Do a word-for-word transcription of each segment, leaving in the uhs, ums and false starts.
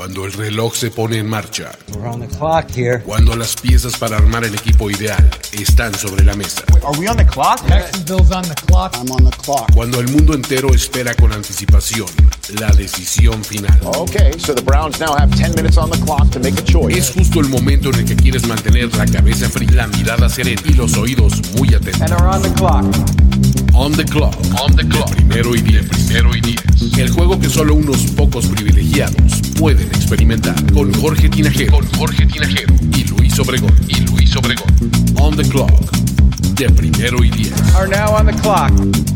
Cuando el reloj se pone en marcha. We're on the clock here. Cuando las piezas para armar el equipo ideal están sobre la mesa. Are we on the clock? Jacksonville's on the clock. I'm on the clock. Cuando el mundo entero espera con anticipación la decisión final. Okay, so the Browns now have ten minutes on the clock to make a choice. Es justo el momento en el que quieres mantener la cabeza fría, la mirada serena y los oídos muy atentos. And we're on the clock. On the clock. On the clock. De primero y diez. Primero y diez. El juego que solo unos pocos privilegiados pueden experimentar. Con Jorge Tinajero. Con Jorge Tinajero. Y Luis Obregón. Y Luis Obregón. On the clock. De primero y diez. Are now on the clock.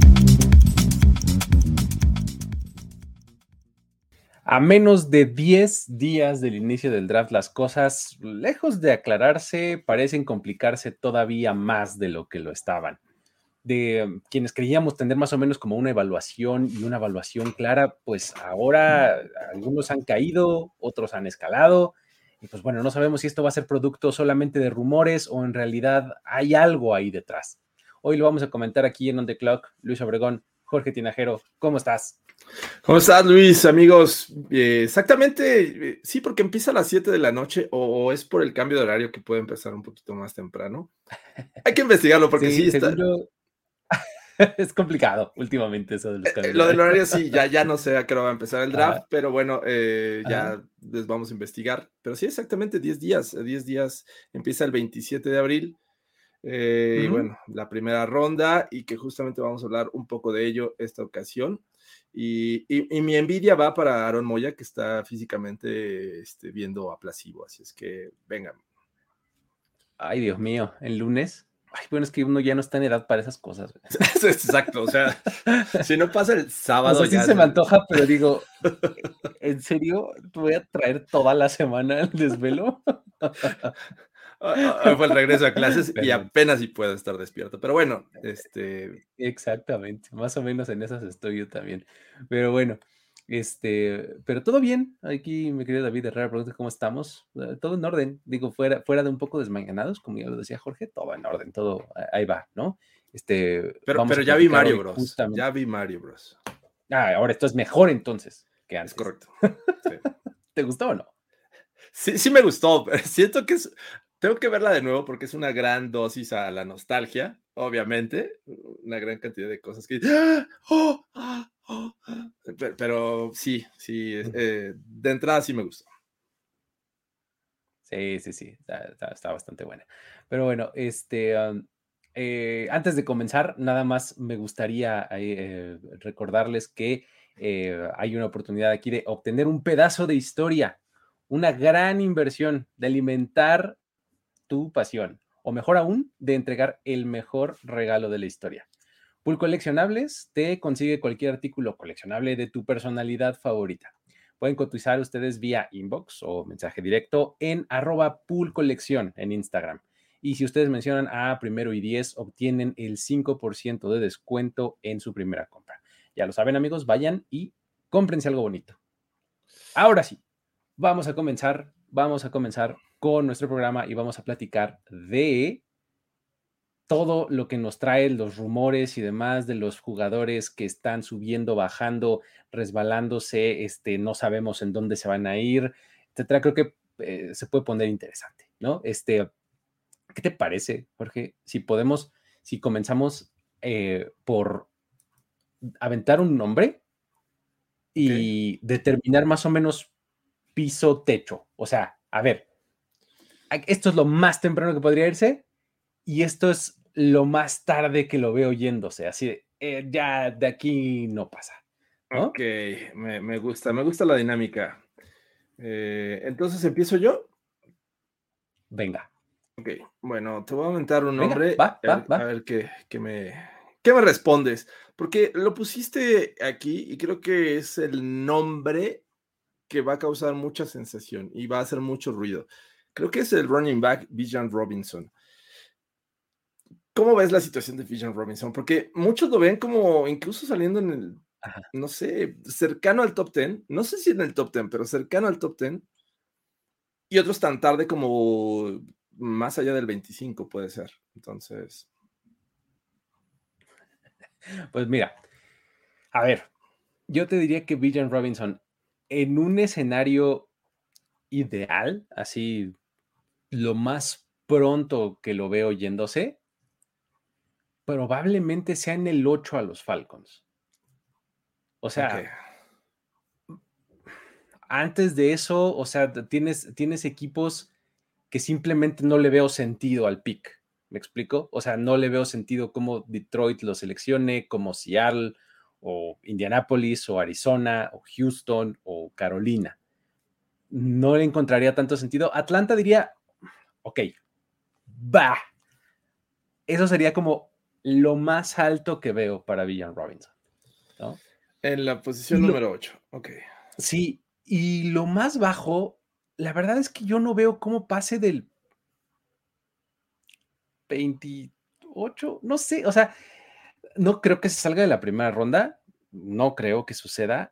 A menos de diez días del inicio del draft, las cosas, lejos de aclararse, parecen complicarse todavía más de lo que lo estaban. De quienes creíamos tener más o menos como una evaluación y una evaluación clara, pues ahora algunos han caído, otros han escalado, y pues bueno, no sabemos si esto va a ser producto solamente de rumores o en realidad hay algo ahí detrás. Hoy lo vamos a comentar aquí en On The Clock. Luis Obregón, Jorge Tinajero, ¿cómo estás? ¿Cómo estás, Luis? Amigos, eh, exactamente, eh, sí, porque empieza a las siete de la noche o, o es por el cambio de horario que puede empezar un poquito más temprano. Hay que investigarlo porque sí, sí está... Yo... es complicado últimamente eso de los cambios. Eh, lo del horario sí, ya, ya no sé a qué hora va a empezar el draft, Ajá. pero bueno, eh, ya Ajá. les vamos a investigar. Pero sí, exactamente diez días, diez días, empieza el veintisiete de abril. Eh, Uh-huh. Y bueno, la primera ronda y que justamente vamos a hablar un poco de ello esta ocasión. Y, y, y mi envidia va para Aaron Moya, que está físicamente este, viendo aplasivo, así es que vengan. Ay, Dios mío, el lunes. Ay, bueno, es que uno ya no está en edad para esas cosas. Exacto, o sea, si no pasa el sábado. O sea, sí ya se es... me antoja, pero digo, ¿en serio? ¿Te voy a traer toda la semana el desvelo? Hoy fue el regreso a clases Perdón. y apenas si puedo estar despierto, pero bueno, este... Exactamente, más o menos en esas estoy yo también, pero bueno, este, pero todo bien, aquí mi querido David Herrera pregunta cómo estamos, uh, todo en orden, digo, fuera, fuera de un poco desmañanados, como ya lo decía Jorge, todo en orden, todo, ahí va, ¿no? Este, Pero, vamos pero a ya vi platicar Mario hoy Bros, justamente- ya vi Mario Bros. Ah, ahora esto es mejor entonces que antes. Es correcto. Sí. ¿Te gustó o no? Sí, sí me gustó, pero siento que es, tengo que verla de nuevo porque es una gran dosis a la nostalgia, obviamente, una gran cantidad de cosas que... ¡Ah! ¡Oh! ¡Ah! ¡Oh! Pero, pero sí, sí, eh, de entrada sí me gustó. Sí, sí, sí, está, está, está bastante buena. Pero bueno, este, um, eh, antes de comenzar, nada más me gustaría eh, recordarles que eh, hay una oportunidad aquí de obtener un pedazo de historia, una gran inversión de alimentar tu pasión, o mejor aún, de entregar el mejor regalo de la historia. Pool Coleccionables te consigue cualquier artículo coleccionable de tu personalidad favorita. Pueden cotizar ustedes vía inbox o mensaje directo en arroba poolcolección en Instagram. Y si ustedes mencionan a Primero y Diez, obtienen el cinco por ciento de descuento en su primera compra. Ya lo saben, amigos, vayan y cómprense algo bonito. Ahora sí, vamos a comenzar, vamos a comenzar con nuestro programa y vamos a platicar de todo lo que nos trae los rumores y demás de los jugadores que están subiendo, bajando, resbalándose, este, no sabemos en dónde se van a ir, etcétera. Creo que eh, se puede poner interesante, ¿no? Este, ¿qué te parece, Jorge? Si podemos, si comenzamos eh, por aventar un nombre y okay. determinar más o menos piso, techo. O sea, a ver, esto es lo más temprano que podría irse y esto es lo más tarde que lo veo yéndose, así de, eh, ya de aquí no pasa, ¿no? Ok, me, me gusta, me gusta la dinámica. Eh, entonces, ¿empiezo yo? Venga. Ok, bueno, te voy a aumentar un Venga, nombre, va, va, a ver, va. a ver qué, qué, me, qué me respondes, porque lo pusiste aquí y creo que es el nombre que va a causar mucha sensación y va a hacer mucho ruido. Creo que es el running back Bijan Robinson. ¿Cómo ves la situación de Bijan Robinson? Porque muchos lo ven como incluso saliendo en el, Ajá. no sé, cercano al top diez. No sé si en el top diez, pero cercano al top diez. Y otros tan tarde como más allá del veinticinco puede ser. Entonces. Pues mira, a ver, yo te diría que Bijan Robinson en un escenario ideal, así lo más pronto que lo veo yéndose, probablemente sea en el ocho a los Falcons. O sea, Ok. antes de eso, o sea, tienes, tienes equipos que simplemente no le veo sentido al pick. ¿Me explico? O sea, no le veo sentido cómo Detroit lo seleccione, como Seattle o Indianapolis o Arizona o Houston o Carolina. No le encontraría tanto sentido. Atlanta diría, ok, va. Eso sería como lo más alto que veo para Villan Robinson, ¿no? En la posición Y lo, número ocho. Ok. sí, y lo más bajo, la verdad es que yo no veo cómo pase del veintiocho, no sé, o sea, no creo que se salga de la primera ronda, no creo que suceda.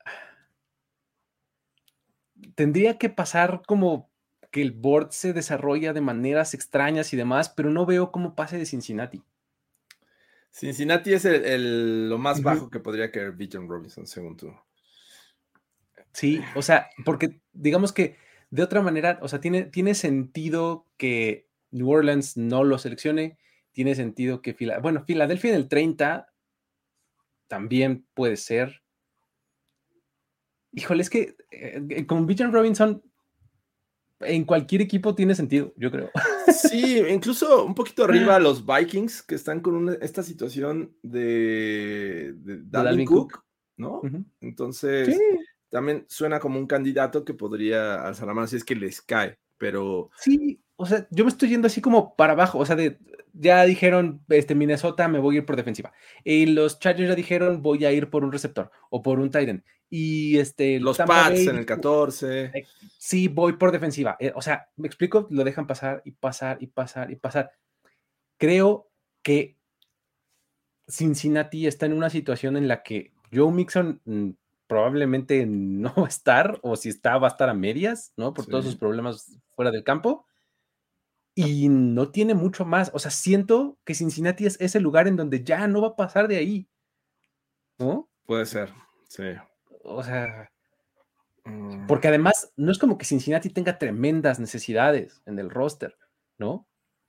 Tendría que pasar como que el board se desarrolla de maneras extrañas y demás, pero no veo cómo pase de Cincinnati. Cincinnati es el, el- lo más Ujú. bajo que podría caer Bijan Robinson, según tú. Sí, o sea, porque digamos que de otra manera, o sea, tiene, tiene sentido que New Orleans no lo seleccione, tiene sentido que, Fila- bueno, Filadelfia en el treinta también puede ser. Híjole, es que eh, con Bijan Robinson en cualquier equipo tiene sentido, yo creo. Sí, incluso un poquito arriba los Vikings, que están con una- esta situación de, de De Dalvin Dalvin Cook. Cook, ¿no? Ujú. Sí, Entonces, también suena como un candidato que podría alzar la mano si es que les cae, pero sí, o sea, yo me estoy yendo así como para abajo, o sea, de, ya dijeron, este, Minnesota, me voy a ir por defensiva. Y los Chargers ya dijeron, voy a ir por un receptor o por un tight end. Y este, el los Tampa Pats Bay en el dijo, catorce. eh, sí, voy por defensiva. Eh, o sea, me explico, lo dejan pasar y pasar y pasar y pasar. Creo que Cincinnati está en una situación en la que Joe Mixon mm, probablemente no va a estar, o si está, va a estar a medias, ¿no? Por todos sus Sí. problemas fuera del campo. Y no tiene mucho más. O sea, siento que Cincinnati es ese lugar en donde ya no va a pasar de ahí, ¿no? Puede ser, sí. O sea, Mm, porque además no es como que Cincinnati tenga tremendas necesidades en el roster, ¿no?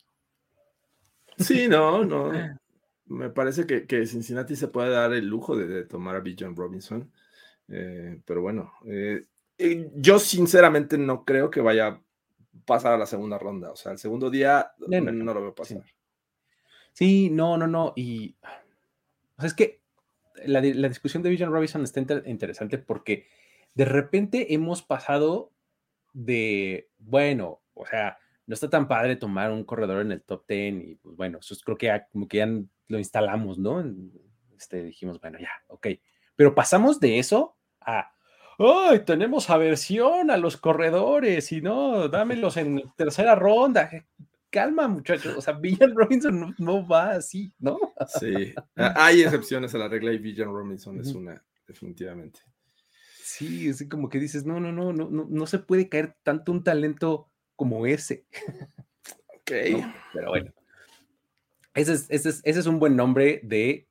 sí, no, no. Me parece que, que Cincinnati se puede dar el lujo de, de tomar a Bijan Robinson. Eh, pero bueno, eh, eh, yo sinceramente no creo que vaya a pasar a la segunda ronda. O sea, el segundo día No, no, no. no lo veo Sí, pasar. sí, no, no, no. Y o sea, es que la, la discusión de Bijan Robinson está inter interesante porque de repente hemos pasado de, bueno, o sea, no está tan padre tomar un corredor en el top diez y pues bueno, eso es, creo que ya, como que ya lo instalamos, ¿no? Este, dijimos, bueno, ya, ok. Pero pasamos de eso a, ¡ay, tenemos aversión a los corredores! Y no, dámelos en tercera ronda. Calma, muchachos. O sea, Villan Robinson no, no va así, ¿no? Sí, hay excepciones a la regla y Bijan Robinson es Ujú. una, definitivamente. Sí, así como que dices, no, no, no, no, no, no se puede caer tanto un talento como ese, Ok, ¿no? Pero bueno, ese es, ese es, ese es un buen nombre de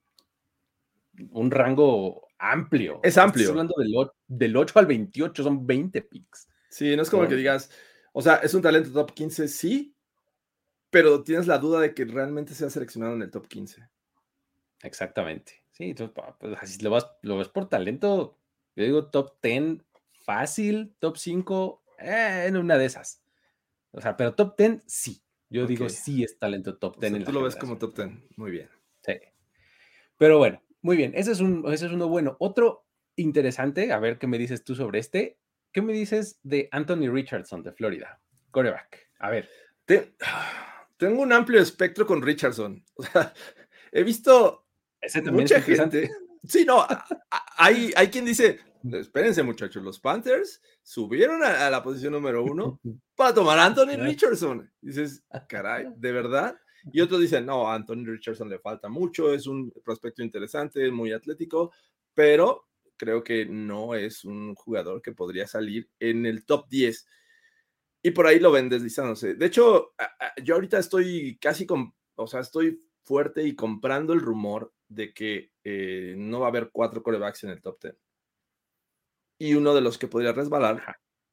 un rango amplio. O es sea, estás amplio. hablando del, o- del ocho al veintiocho, son veinte picks, Sí, no es como que ¿no? digas, o sea, es un talento top quince, sí, pero tienes la duda de que realmente sea seleccionado en el top quince. Exactamente. Sí, entonces, pa- pues, así lo, vas, lo ves por talento, yo digo top diez fácil, top cinco eh, en una de esas. O sea, pero top diez sí. Yo Ok, digo sí es talento top o diez sea, en tú la lo ves como generación. top diez. Muy bien. Sí. Pero bueno, muy bien. Ese es, un, ese es uno bueno. Otro interesante, a ver qué me dices tú sobre este. ¿Qué me dices de Anthony Richardson de Florida? Quarterback. A ver. Te- tengo un amplio espectro con Richardson. O sea, he visto Ese también está mucha interesante. gente. Sí, no, a- a- hay, hay quien dice: espérense, muchachos, los Panthers subieron a, a la posición número uno para tomar a Anthony Richardson. Dices, caray, ¿de verdad? Y otros dicen: no, a Anthony Richardson le falta mucho, es un prospecto interesante, muy atlético, pero creo que no es un jugador que podría salir en el top diez. Y por ahí lo ven deslizándose. De hecho, a, a, yo ahorita estoy casi con, o sea, estoy fuerte y comprando el rumor de que eh, no va a haber cuatro quarterbacks en el top diez. Y uno de los que podría resbalar Ajá.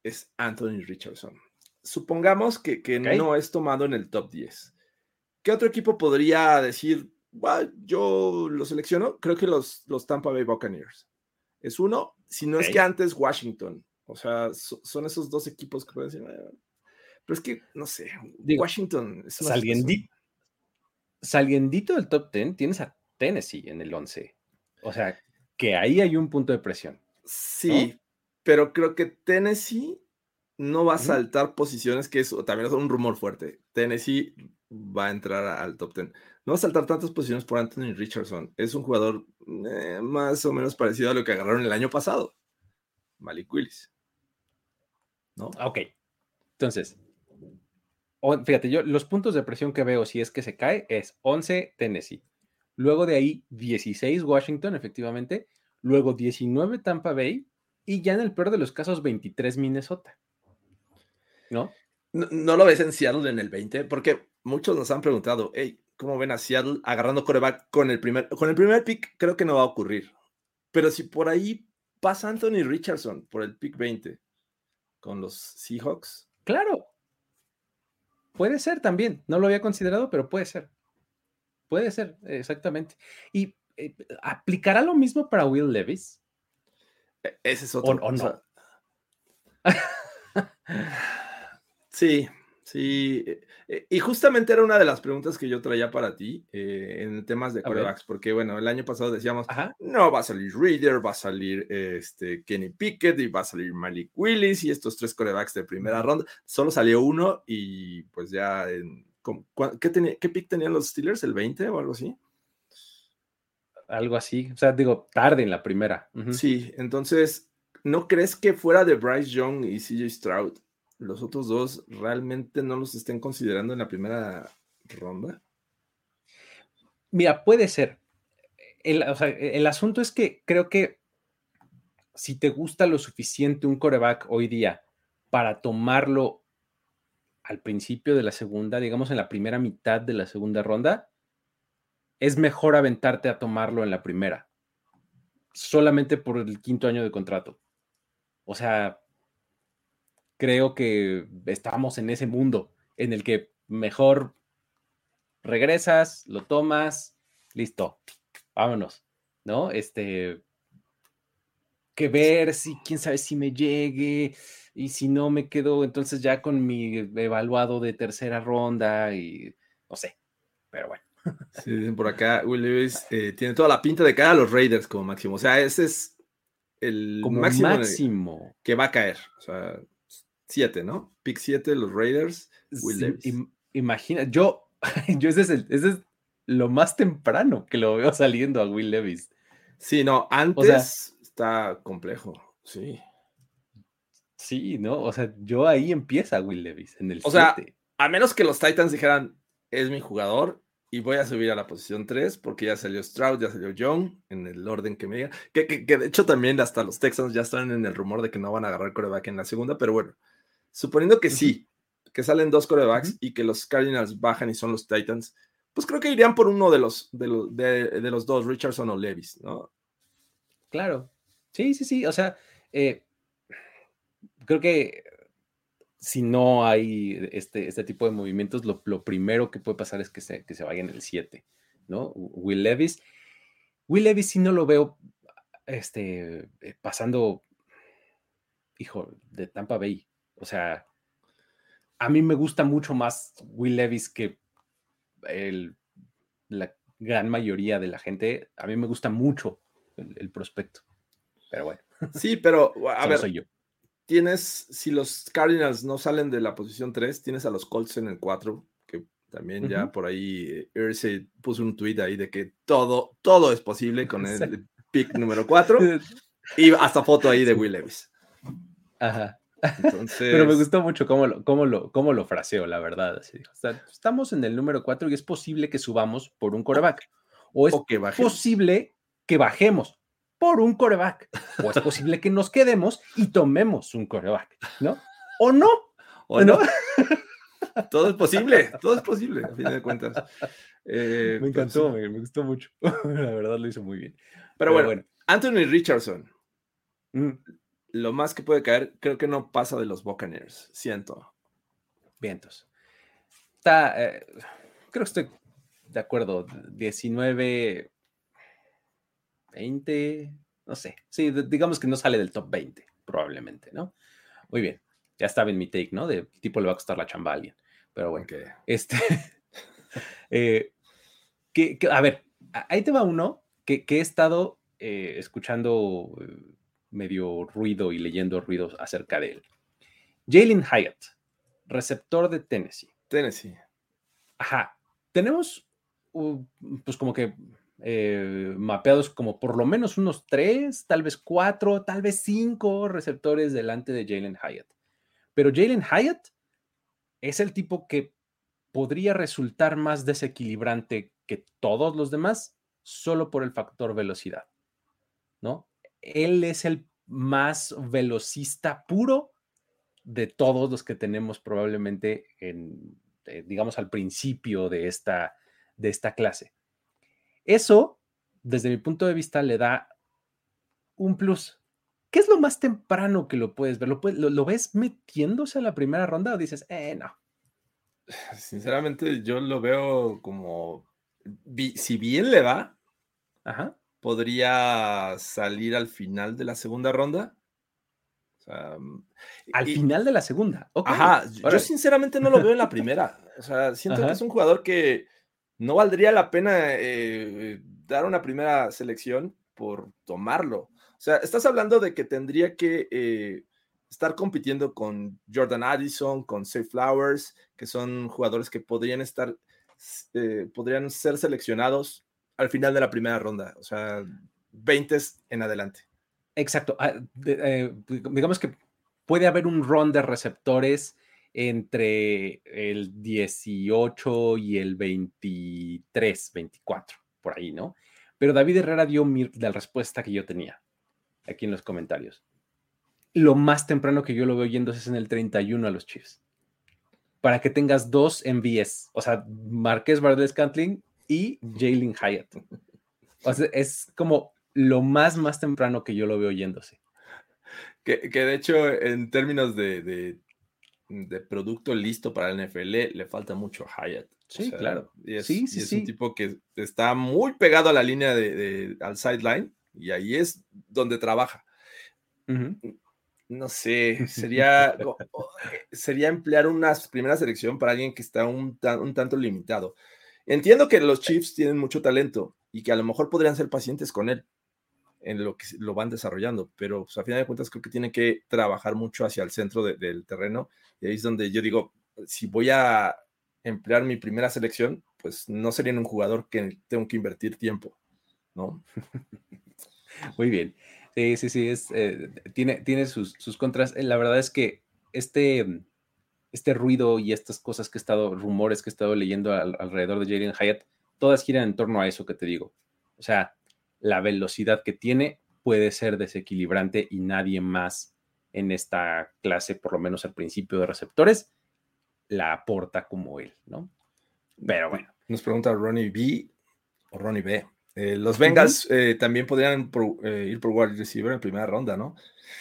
es Anthony Richardson. Supongamos que, que okay. no es tomado en el top diez. ¿Qué otro equipo podría decir, well, yo lo selecciono? Creo que los, los Tampa Bay Buccaneers. Es uno, si no okay. es que antes Washington. O sea, so, son esos dos equipos que pueden decir, eh, pero es que, no sé, Digo, Washington es una saliendito, saliendito del top diez, tienes a Tennessee en el once. O sea, que ahí hay un punto de presión. Sí, ¿no? Pero creo que Tennessee no va a saltar uh-huh. posiciones, que eso también es un rumor fuerte. Tennessee va a entrar al top diez. No va a saltar tantas posiciones por Anthony Richardson. Es un jugador eh, más o menos parecido a lo que agarraron el año pasado. Malik Willis. ¿No? Ok. Entonces, fíjate, yo los puntos de presión que veo si es que se cae es once Tennessee. Luego de ahí dieciséis Washington, efectivamente. Luego diecinueve Tampa Bay. Y ya en el peor de los casos veintitrés Minnesota. ¿No? ¿No, no lo ves en Seattle en el veinte? Porque muchos nos han preguntado, hey, ¿cómo ven a Seattle agarrando quarterback con el primer, con el primer pick? Creo que no va a ocurrir. Pero si por ahí pasa Anthony Richardson por el pick veinte con los Seahawks. Claro. Puede ser también. No lo había considerado, pero puede ser. Puede ser, exactamente. ¿Y eh, aplicará lo mismo para Will Levis? Ese es otro. ¿O, o no? Sí, sí. Y justamente era una de las preguntas que yo traía para ti eh, en temas de quarterbacks, porque bueno, el año pasado decíamos, Ajá. no, va a salir Reader, va a salir este, Kenny Pickett y va a salir Malik Willis y estos tres quarterbacks de primera ronda. Solo salió uno y pues ya, en, ¿qué, tenía, ¿qué pick tenían los Steelers? ¿El veinte o algo así? Algo así, o sea, digo, tarde en la primera. Uh-huh. Sí, entonces, ¿no crees que fuera de Bryce Young y C J Stroud, los otros dos realmente no los estén considerando en la primera ronda? Mira, puede ser. El, o sea, el asunto es que creo que si te gusta lo suficiente un quarterback hoy día para tomarlo al principio de la segunda, digamos en la primera mitad de la segunda ronda, es mejor aventarte a tomarlo en la primera, solamente por el quinto año de contrato. O sea, creo que estamos en ese mundo en el que mejor regresas, lo tomas, listo, vámonos, ¿no? Este, que ver si, quién sabe si me llegue, y si no me quedo entonces ya con mi evaluado de tercera ronda, y no sé, pero bueno. Sí, dicen por acá, Will Levis eh, tiene toda la pinta de caer a los Raiders como máximo. O sea, ese es el como máximo, máximo. que va a caer. O sea, siete, ¿no? Pick siete, los Raiders, Will sí, Levis. Im- imagina, yo, yo ese es, el, ese es lo más temprano que lo veo saliendo a Will Levis. Sí, no, antes o sea, está complejo, sí. Sí, ¿no? O sea, yo ahí empieza Will Levis, en el O siete. sea, a menos que los Titans dijeran, es mi jugador, y voy a subir a la posición tres, porque ya salió Stroud, ya salió Young, en el orden que me digan. Que, que, que de hecho también hasta los Texans ya están en el rumor de que no van a agarrar quarterback en la segunda, pero bueno, suponiendo que uh-huh. sí, que salen dos quarterbacks uh-huh. y que los Cardinals bajan y son los Titans, pues creo que irían por uno de los, de los, de, de los dos, Richardson o Levis, ¿no? Claro, sí, sí, sí, o sea, eh, creo que si no hay este, este tipo de movimientos, lo, lo primero que puede pasar es que se, que se vaya en el siete, ¿no? Will Levis. Will Levis sí no lo veo este, pasando, hijo, de Tampa Bay. O sea, a mí me gusta mucho más Will Levis que el, la gran mayoría de la gente. A mí me gusta mucho el, el prospecto. Pero bueno. Sí, pero a ver. Soy yo. Tienes, si los Cardinals no salen de la posición tres, tienes a los Colts en el cuatro, que también uh-huh. ya por ahí Irsay puso un tweet ahí de que todo, todo es posible con el sí. pick número cuatro, y hasta foto ahí de Will Levis. Ajá. Entonces... Pero me gustó mucho cómo lo, cómo lo, cómo lo fraseó, la verdad. Así, o sea, estamos en el número cuatro y es posible que subamos por un quarterback. O es o que posible que bajemos por un quarterback, o es posible que nos quedemos y tomemos un quarterback, ¿no? ¿O no? ¿O no? Todo es posible, todo es posible, a fin de cuentas. Eh, me encantó, pues, me, me gustó mucho. La verdad lo hizo muy bien. Pero, Pero bueno, bueno, Anthony Richardson. Mm. lo más que puede caer, creo que no pasa de los Buccaneers, siento. Vientos. Está, eh, creo que estoy de acuerdo, diecinueve, veinte, no sé. Sí, digamos que no sale del top veinte, probablemente, ¿no? Muy bien. Ya estaba en mi take, ¿no? De tipo le va a costar la chamba a alguien. Pero bueno, Okay. este... eh, que, que, a ver, ahí te va uno que, que he estado eh, escuchando eh, medio ruido y leyendo ruidos acerca de él. Jalin Hyatt, receptor de Tennessee. Tennessee. Ajá. Tenemos, uh, pues como que eh, mapeados como por lo menos unos tres, tal vez cuatro, tal vez cinco receptores delante de Jalin Hyatt. Pero Jalin Hyatt es el tipo que podría resultar más desequilibrante que todos los demás solo por el factor velocidad, ¿no? Él es el más velocista puro de todos los que tenemos probablemente en, eh, digamos, al principio de esta, de esta clase. Eso, desde mi punto de vista, le da un plus. ¿Qué es lo más temprano que lo puedes ver? ¿Lo, puedes, lo, lo ves metiéndose a la primera ronda o dices, eh, no? Sinceramente, yo lo veo como, si bien le va, Ajá. podría salir al final de la segunda ronda. O sea, al y, final de la segunda. Okay. Ajá, Órale. Yo sinceramente no lo veo en la primera. O sea, siento Ajá. que es un jugador que no valdría la pena eh, dar una primera selección por tomarlo. O sea, estás hablando de que tendría que eh, estar compitiendo con Jordan Addison, con Zay Flowers, que son jugadores que podrían estar, eh, podrían ser seleccionados al final de la primera ronda. O sea, veinte en adelante. Exacto. Ah, de, eh, digamos que puede haber un run de receptores entre el dieciocho y el veintitrés, veinticuatro, por ahí, ¿no? Pero David Herrera dio mi, la respuesta que yo tenía aquí en los comentarios. Lo más temprano que yo lo veo yéndose es en el treinta y uno a los Chiefs. Para que tengas dos M V S, o sea, Marquez Valdes-Scantling y Jalin Hyatt. O sea, es como lo más, más temprano que yo lo veo yéndose. Que, que de hecho, en términos de, de, de producto listo para el N F L, le falta mucho a Hyatt. Sí, o sea, claro. Y es, sí, sí, y es sí. un tipo que está muy pegado a la línea de, de, al sideline, y ahí es donde trabaja. Uh-huh. No sé, sería, sería emplear una primera selección para alguien que está un, un tanto limitado. Entiendo que los Chiefs tienen mucho talento y que a lo mejor podrían ser pacientes con él en lo que lo van desarrollando, pero pues, a final de cuentas creo que tiene que trabajar mucho hacia el centro de, del terreno, y ahí es donde yo digo, si voy a emplear mi primera selección, pues no sería en un jugador que tengo que invertir tiempo, ¿no? Muy bien. Sí, sí, sí, es, eh, tiene, tiene sus, sus contras. La verdad es que este, este ruido y estas cosas que he estado, rumores que he estado leyendo al, alrededor de Jalin Hyatt, todas giran en torno a eso que te digo. O sea, la velocidad que tiene puede ser desequilibrante y nadie más en esta clase, por lo menos al principio de receptores, la aporta como él, ¿no? Pero bueno. Nos pregunta Ronnie B o Ronnie B. Eh, los Bengals uh-huh. eh, también podrían pro, eh, ir por wide receiver en primera ronda, ¿no?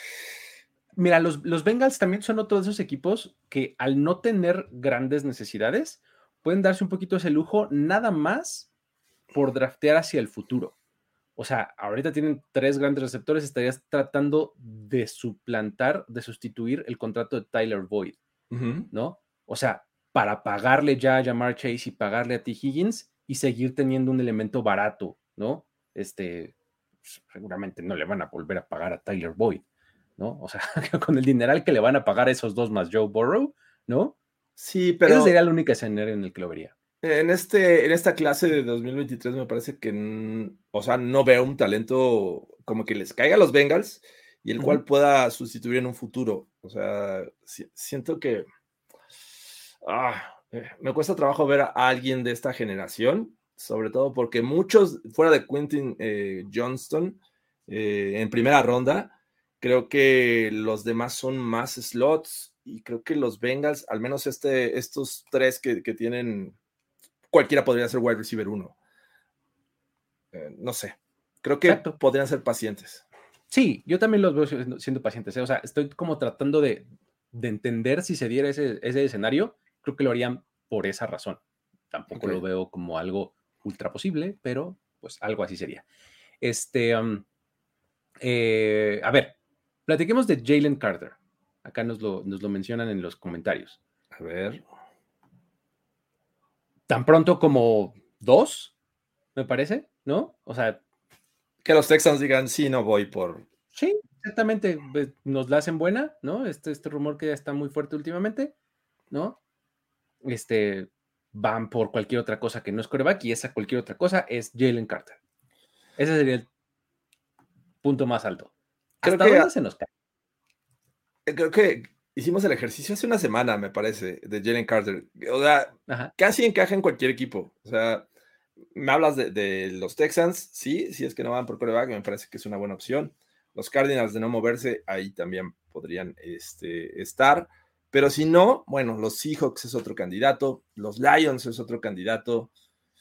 Mira, los, los Bengals también son otro de esos equipos que al no tener grandes necesidades, pueden darse un poquito ese lujo nada más por draftear hacia el futuro. O sea, ahorita tienen tres grandes receptores, estarías tratando de suplantar, de sustituir el contrato de Tyler Boyd, uh-huh. ¿no? O sea, para pagarle ya a Ja'Marr Chase y pagarle a T. Higgins y seguir teniendo un elemento barato, ¿no? Este, seguramente no le van a volver a pagar a Tyler Boyd, ¿no? O sea, con el dineral que le van a pagar a esos dos más Joe Burrow, ¿no? Sí, pero... Ese sería el único escenario en el que lo vería. En, este, en esta clase de dos mil veintitrés me parece que, o sea, no veo un talento como que les caiga a los Bengals y el uh-huh. cual pueda sustituir en un futuro. O sea, si, siento que ah, eh, me cuesta trabajo ver a alguien de esta generación, sobre todo porque muchos, fuera de Quentin eh, Johnston, eh, en primera ronda, creo que los demás son más slots y creo que los Bengals, al menos este, estos tres que, que tienen... Cualquiera podría ser wide receiver uno. Eh, no sé. Creo que Exacto. podrían ser pacientes. Sí, yo también los veo siendo, siendo pacientes. ¿eh? O sea, estoy como tratando de, de entender si se diera ese, ese escenario. Creo que lo harían por esa razón. Tampoco Ok. lo veo como algo ultra posible, pero pues algo así sería. Este, um, eh, a ver, platiquemos de Jalen Carter. Acá nos lo, nos lo mencionan en los comentarios. A ver. Tan pronto como dos, me parece, ¿no? O sea, Que los Texans digan, sí, no voy por... sí, exactamente. pues, Nos la hacen buena, ¿no? Este, este rumor que ya está muy fuerte últimamente, ¿no? Este, van por cualquier otra cosa que no es quarterback y esa cualquier otra cosa es Jalen Carter. Ese sería el punto más alto. Creo ¿Hasta que, dónde se nos cae? creo que hicimos el ejercicio hace una semana, me parece, de Jalen Carter. O sea, Ajá. casi encaja en cualquier equipo. O sea, me hablas de, de los Texans, sí, si es que no van por quarterback, me parece que es una buena opción. Los Cardinals de no moverse, ahí también podrían este, estar. Pero si no, bueno, los Seahawks es otro candidato, los Lions es otro candidato.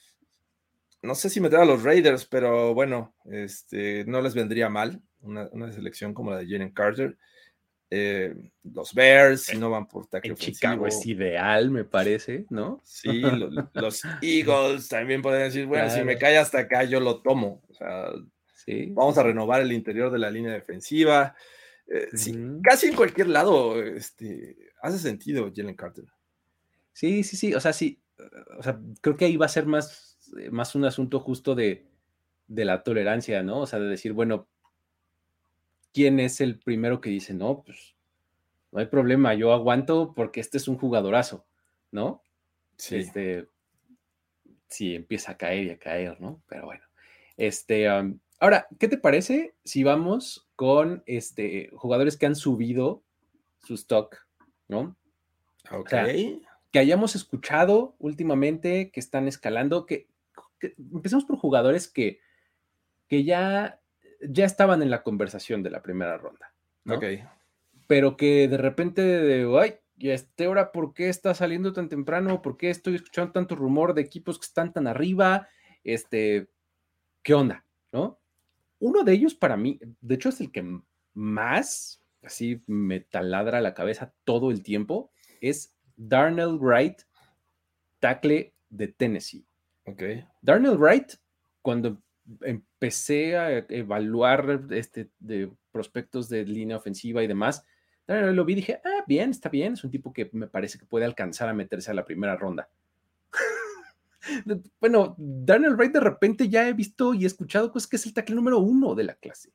No sé si meter a los Raiders, pero bueno, este, no les vendría mal una, una selección como la de Jalen Carter. Eh, los Bears, si no van por tackle En ofensivo. Chicago es ideal, me parece, ¿no? Sí, lo, los Eagles también pueden decir, bueno, si me Claro. cae hasta acá, yo lo tomo. O sea, Sí, vamos sí, a sí. renovar el interior de la línea defensiva. Eh, sí, Ujú. casi en cualquier lado este, hace sentido Jalen Carter. Sí, sí, sí. O sea, sí. O sea, creo que ahí va a ser más, eh, más un asunto justo de, de la tolerancia, ¿no? O sea, de decir, bueno, ¿quién es el primero que dice, no, pues no hay problema, yo aguanto porque este es un jugadorazo, ¿no? Sí. Este, sí, empieza a caer y a caer, ¿no? Pero bueno. Este, um, ahora, ¿qué te parece si vamos con este, jugadores que han subido su stock, ¿no? O Ok. sea, que hayamos escuchado últimamente que están escalando, que, que empecemos por jugadores que, que ya, ya estaban en la conversación de la primera ronda, Ok. ¿no? Pero que de repente, de, ay, ¿y a esta hora por qué está saliendo tan temprano? ¿Por qué estoy escuchando tanto rumor de equipos que están tan arriba? Este, ¿qué onda? ¿No? Uno de ellos para mí, de hecho es el que más así me taladra la cabeza todo el tiempo, es Darnell Wright, tackle de Tennessee. Ok. Darnell Wright, cuando empecé a evaluar este, de prospectos de línea ofensiva y demás, Darnell lo vi y dije, ah, bien, está bien, es un tipo que me parece que puede alcanzar a meterse a la primera ronda. Bueno, Darnell Wright de repente ya he visto y he escuchado pues, que es el tackle número uno de la clase.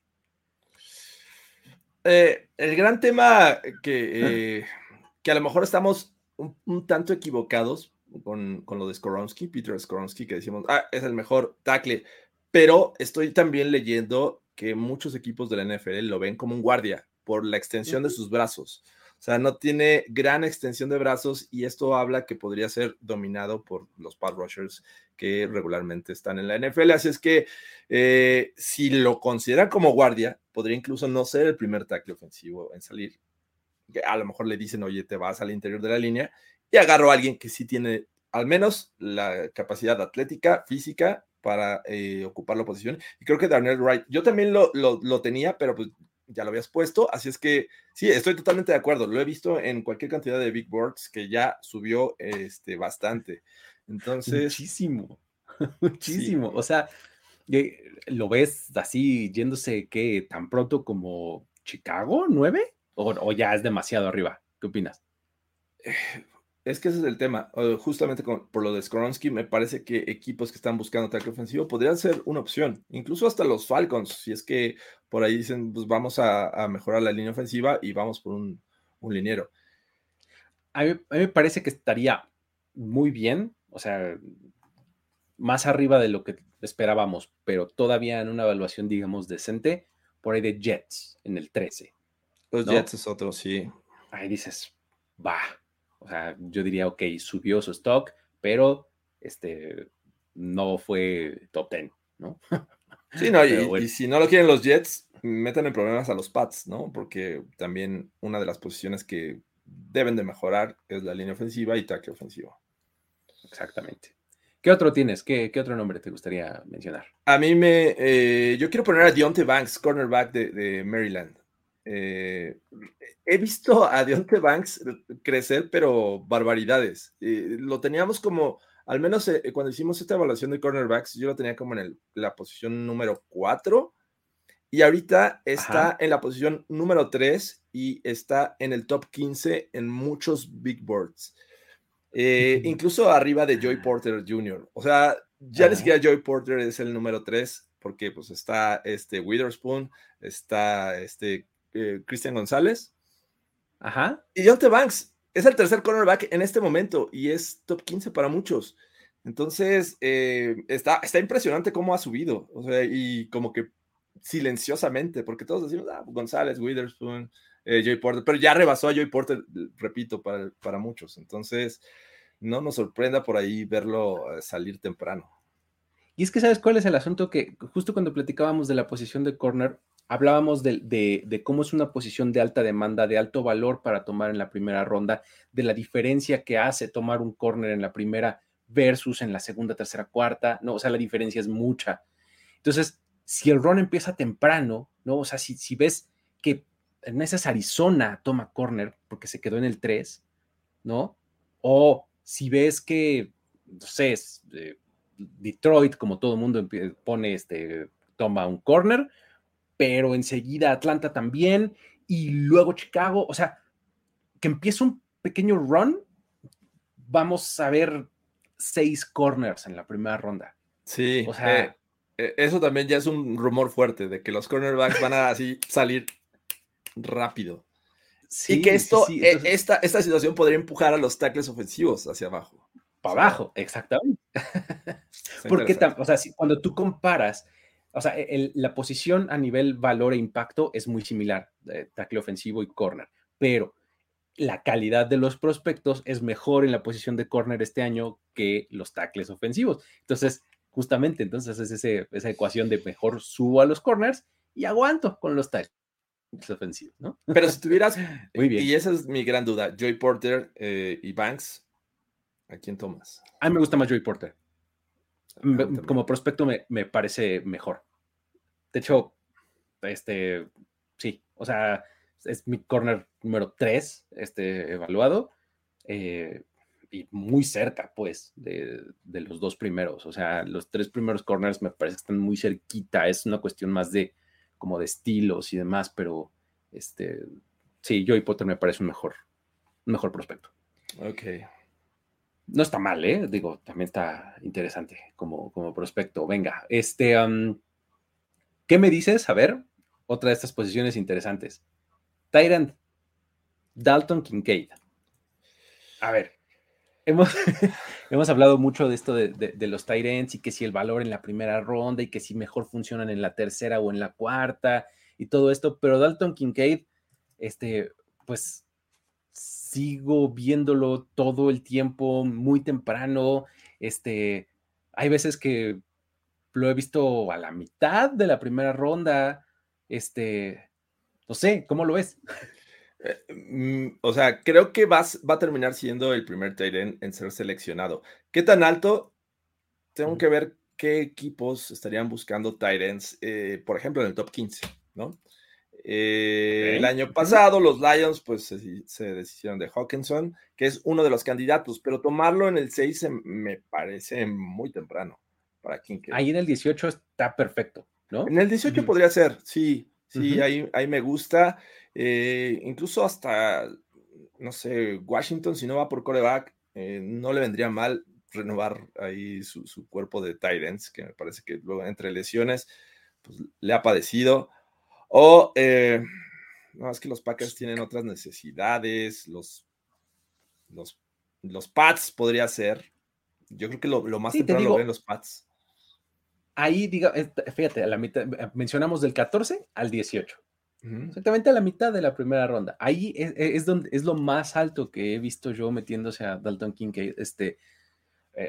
Eh, el gran tema que, eh, que a lo mejor estamos un, un tanto equivocados con, con lo de Skoronski, Peter Skoronski, que decimos, ah, es el mejor tackle, pero estoy también leyendo que muchos equipos de la N F L lo ven como un guardia por la extensión de sus brazos. O sea, no tiene gran extensión de brazos y esto habla que podría ser dominado por los pass rushers que regularmente están en la N F L. Así es que eh, si lo consideran como guardia, podría incluso no ser el primer tackle ofensivo en salir. Que a lo mejor le dicen, oye, te vas al interior de la línea y agarro a alguien que sí tiene al menos la capacidad atlética, física para eh, ocupar la posición. Y creo que Darnell Wright, yo también lo, lo, lo tenía, pero pues ya lo habías puesto, así es que sí, estoy totalmente de acuerdo. Lo he visto en cualquier cantidad de big boards que ya subió este, bastante. Entonces, Muchísimo, sí. muchísimo. O sea, eh, lo ves así yéndose que tan pronto como Chicago, ¿nueve? O, o ya es demasiado arriba. ¿Qué opinas? Es que ese es el tema. Uh, justamente con, por lo de Skoronski, me parece que equipos que están buscando tackle ofensivo podrían ser una opción. Incluso hasta los Falcons, si es que por ahí dicen, pues vamos a, a mejorar la línea ofensiva y vamos por un, un liniero. A mí, a mí me parece que estaría muy bien, o sea, más arriba de lo que esperábamos, pero todavía en una evaluación, digamos, decente, por ahí de Jets en el trece, Los ¿no? Jets es otro, sí. Ahí dices, va. O sea, yo diría, ok, subió su stock, pero este no fue top diez, ¿no? Sí, no, Pero y, bueno, y si no lo quieren los Jets, metan en problemas a los Pats, ¿no? Porque también una de las posiciones que deben de mejorar es la línea ofensiva y tackle ofensivo. exactamente. ¿Qué otro tienes? ¿Qué, qué otro nombre te gustaría mencionar? A mí me, eh, yo quiero poner a Deontay Banks, cornerback de, de Maryland. Eh, he visto a Deontay Banks crecer, pero barbaridades. Eh, lo teníamos como, al menos eh, cuando hicimos esta evaluación de cornerbacks, yo lo tenía como en el, la posición número cuatro, y ahorita está Ajá. en la posición número tres y está en el top quince en muchos big boards. Eh, incluso arriba de Joey Porter junior O sea, ya ni Ajá. siquiera Joey Porter es el número tres, porque pues está este Witherspoon, está este eh, Christian González. Ajá. Y Deontay Banks es el tercer cornerback en este momento y es top quince para muchos. Entonces, eh, está, está impresionante cómo ha subido. O sea, y como que silenciosamente, porque todos decimos, ah, González, Witherspoon, eh, Joey Porter, pero ya rebasó a Joey Porter, repito, para, para muchos. Entonces, no nos sorprenda por ahí verlo salir temprano. Y es que, ¿sabes cuál es el asunto? Que justo cuando platicábamos de la posición de corner, hablábamos de, de, de cómo es una posición de alta demanda, de alto valor para tomar en la primera ronda, de la diferencia que hace tomar un corner en la primera versus en la segunda, tercera, cuarta, ¿no? O sea, la diferencia es mucha. Entonces, si el run empieza temprano, ¿no? O sea, si, si ves que en esas Arizona toma corner porque se quedó en el tres, ¿no? O si ves que, no sé, es, eh, Detroit, como todo el mundo pone, este, toma un corner, pero enseguida Atlanta también, y luego Chicago, o sea, que empieza un pequeño run, vamos a ver seis corners en la primera ronda. Sí, o sea, eh, eh, eso también ya es un rumor fuerte, de que los cornerbacks van a así salir rápido. sí, Y que sí, esto, sí, eh, entonces, esta, esta situación podría empujar a los tackles ofensivos hacia abajo. O para sea, abajo, exactamente. está Porque, interesante. o sea, si, cuando tú comparas, o sea, el, la posición a nivel valor e impacto es muy similar, eh, tackle ofensivo y corner, pero la calidad de los prospectos es mejor en la posición de corner este año que los tackles ofensivos. Entonces, justamente, entonces es ese, esa ecuación de mejor subo a los corners y aguanto con los tackles ofensivos, ¿no? Pero si tuvieras, Muy bien. y esa es mi gran duda, Joey Porter eh, y Banks, ¿a quién tomas? A mí me gusta más Joey Porter. A mí también. Como prospecto me, me parece mejor. De hecho, este, sí, o sea, es mi corner número tres, este, evaluado, eh, y muy cerca, pues, de, de los dos primeros. O sea, los tres primeros corners me parece que están muy cerquita. Es una cuestión más de, como de estilos y demás, pero, este, sí, Joey Potter me parece un mejor, un mejor prospecto. Ok. No está mal, ¿eh? Digo, también está interesante como, como prospecto. Venga, este, um, ¿qué me dices? A ver, otra de estas posiciones interesantes. Tyrant Dalton Kincaid. A ver, hemos, hemos hablado mucho de esto de, de, de los tight ends y que si el valor en la primera ronda y que si mejor funcionan en la tercera o en la cuarta y todo esto, pero Dalton Kincaid, este, pues sigo viéndolo todo el tiempo, muy temprano. Este, hay veces que lo he visto a la mitad de la primera ronda. Este, no sé, ¿cómo lo ves? Eh, mm, o sea, creo que vas, va a terminar siendo el primer tight end en ser seleccionado. ¿Qué tan alto? Tengo que ver qué equipos estarían buscando tight ends, eh, por ejemplo, en el top quince, ¿no? Eh, Okay. El año pasado los Lions pues se, se deshicieron de Hawkinson, que es uno de los candidatos, pero tomarlo en el seis se, me parece muy temprano para Kincaid. Ahí en el dieciocho está perfecto, ¿no? En el dieciocho Uh-huh. podría ser, sí, sí, Uh-huh. ahí, ahí me gusta. Eh, incluso hasta, no sé, Washington, si no va por quarterback, eh, no le vendría mal renovar ahí su, su cuerpo de tight ends, que me parece que luego entre lesiones pues, le ha padecido. O, eh, no, es que los Packers tienen otras necesidades, los, los, los Pats podría ser. Yo creo que lo, lo más Sí, te temprano digo, lo ven los Pats. ahí, diga, fíjate, a la mitad, mencionamos del catorce al dieciocho. Uh-huh. Exactamente a la mitad de la primera ronda. Ahí es, es, donde, es lo más alto que he visto yo metiéndose a Dalton Kincaid. Este, eh,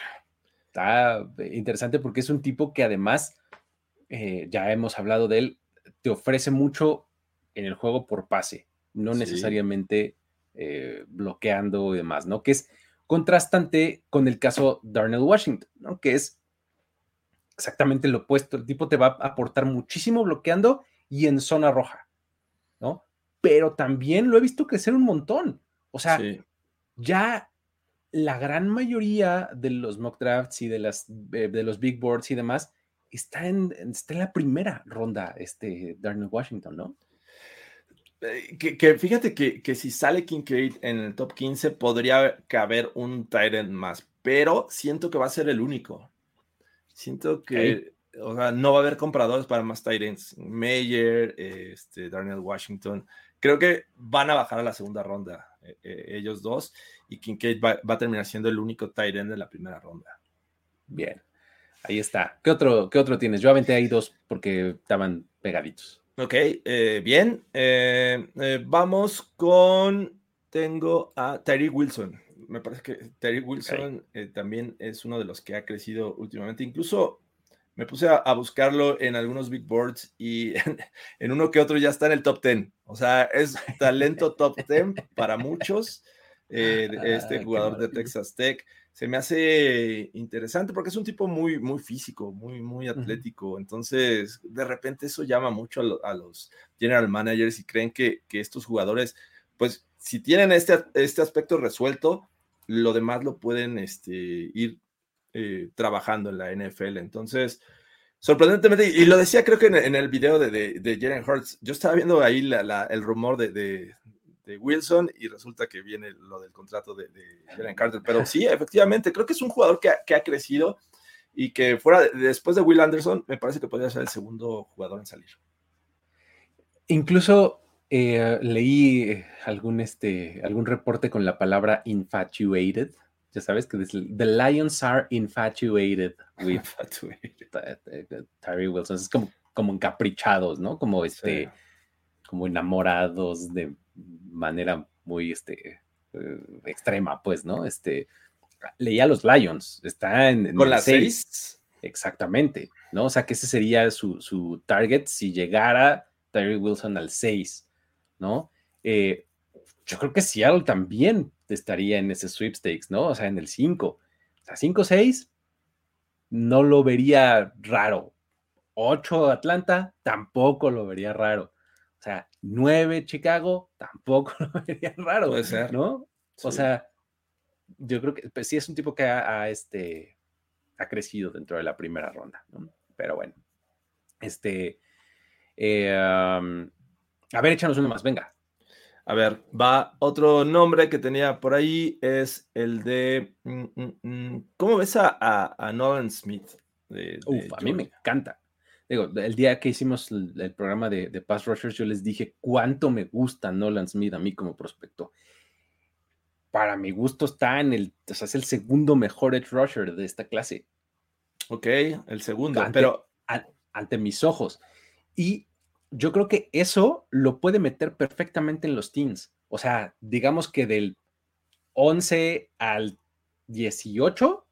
está interesante porque es un tipo que además, eh, ya hemos hablado de él, te ofrece mucho en el juego por pase, no Sí. necesariamente eh, bloqueando y demás, ¿no? Que es contrastante con el caso Darnell Washington, ¿no? Que es exactamente lo opuesto. El tipo te va a aportar muchísimo bloqueando y en zona roja, ¿no? Pero también lo he visto crecer un montón. O sea, sí. ya la gran mayoría de los mock drafts y de, las, de los big boards y demás está en, está en la primera ronda, este Darnell Washington, ¿no? Que, que fíjate que, que si sale Kincaid en el top quince podría caber un tight end más, pero siento que va a ser el único. Siento que okay. o sea, no va a haber compradores para más tight ends. Mayer, este, Darnell Washington, creo que van a bajar a la segunda ronda eh, eh, ellos dos, y Kincaid va, va a terminar siendo el único tight end de la primera ronda. Bien, ahí está. ¿Qué otro, qué otro tienes? Yo aventé ahí dos porque estaban pegaditos. Ok, eh, bien. Eh, eh, vamos con... Tengo a Tyreek Wilson. Me parece que Tyreek Wilson okay. eh, también es uno de los que ha crecido últimamente. Incluso me puse a, a buscarlo en algunos big boards y en, en uno que otro ya está en el top diez. O sea, es talento top diez para muchos. Eh, este ah, jugador de Texas Tech. Se me hace interesante porque es un tipo muy, muy físico, muy, muy atlético. Uh-huh. Entonces, de repente eso llama mucho a, lo, a los general managers y creen que, que estos jugadores, pues, si tienen este, este aspecto resuelto, lo demás lo pueden este, ir eh, trabajando en la N F L. Entonces, sorprendentemente, y lo decía creo que en, en el video de, de, de Jalen Hurts, yo estaba viendo ahí la, la, el rumor de... de de Wilson y resulta que viene lo del contrato de, de Jalen Carter, pero sí, efectivamente, creo que es un jugador que ha, que ha crecido y que fuera de, después de Will Anderson, me parece que podría ser el segundo jugador en salir. Incluso eh, leí algún, este, algún reporte con la palabra infatuated, ya sabes que the Lions are infatuated with infatuated. Tyree Wilson, es como, como encaprichados, ¿no? Como este, sí. como enamorados de manera muy este, uh, extrema, pues, ¿no? Este, leía los Lions, está en, en ¿con las seis? seis? Exactamente, ¿no? O sea, que ese sería su, su target si llegara Tyree Wilson al seis, ¿no? Eh, yo creo que Seattle también estaría en ese sweepstakes, ¿no? O sea, en el cinco. O sea, cinco seis, no lo vería raro. ocho Atlanta, tampoco lo vería raro. O sea, nueve Chicago, tampoco lo vería raro. Puede ser. ¿No? Sí. O sea, yo creo que pues, sí es un tipo que ha, ha, este, ha crecido dentro de la primera ronda, ¿no? Pero bueno. Este. Eh, um, a ver, échanos uno más, venga. A ver, va otro nombre que tenía por ahí, es el de... Mm, mm, mm, ¿cómo ves a, a, a Nolan Smith? De, de Uf, a mí me encanta. Digo, el día que hicimos el, el programa de, de Pass Rushers, yo les dije cuánto me gusta Nolan Smith a mí como prospecto. Para mi gusto está en el, o sea, es el segundo mejor edge rusher de esta clase. Ok, el segundo, ante, pero... A, ante mis ojos. Y yo creo que eso lo puede meter perfectamente en los teens. O sea, digamos que del once al dieciocho,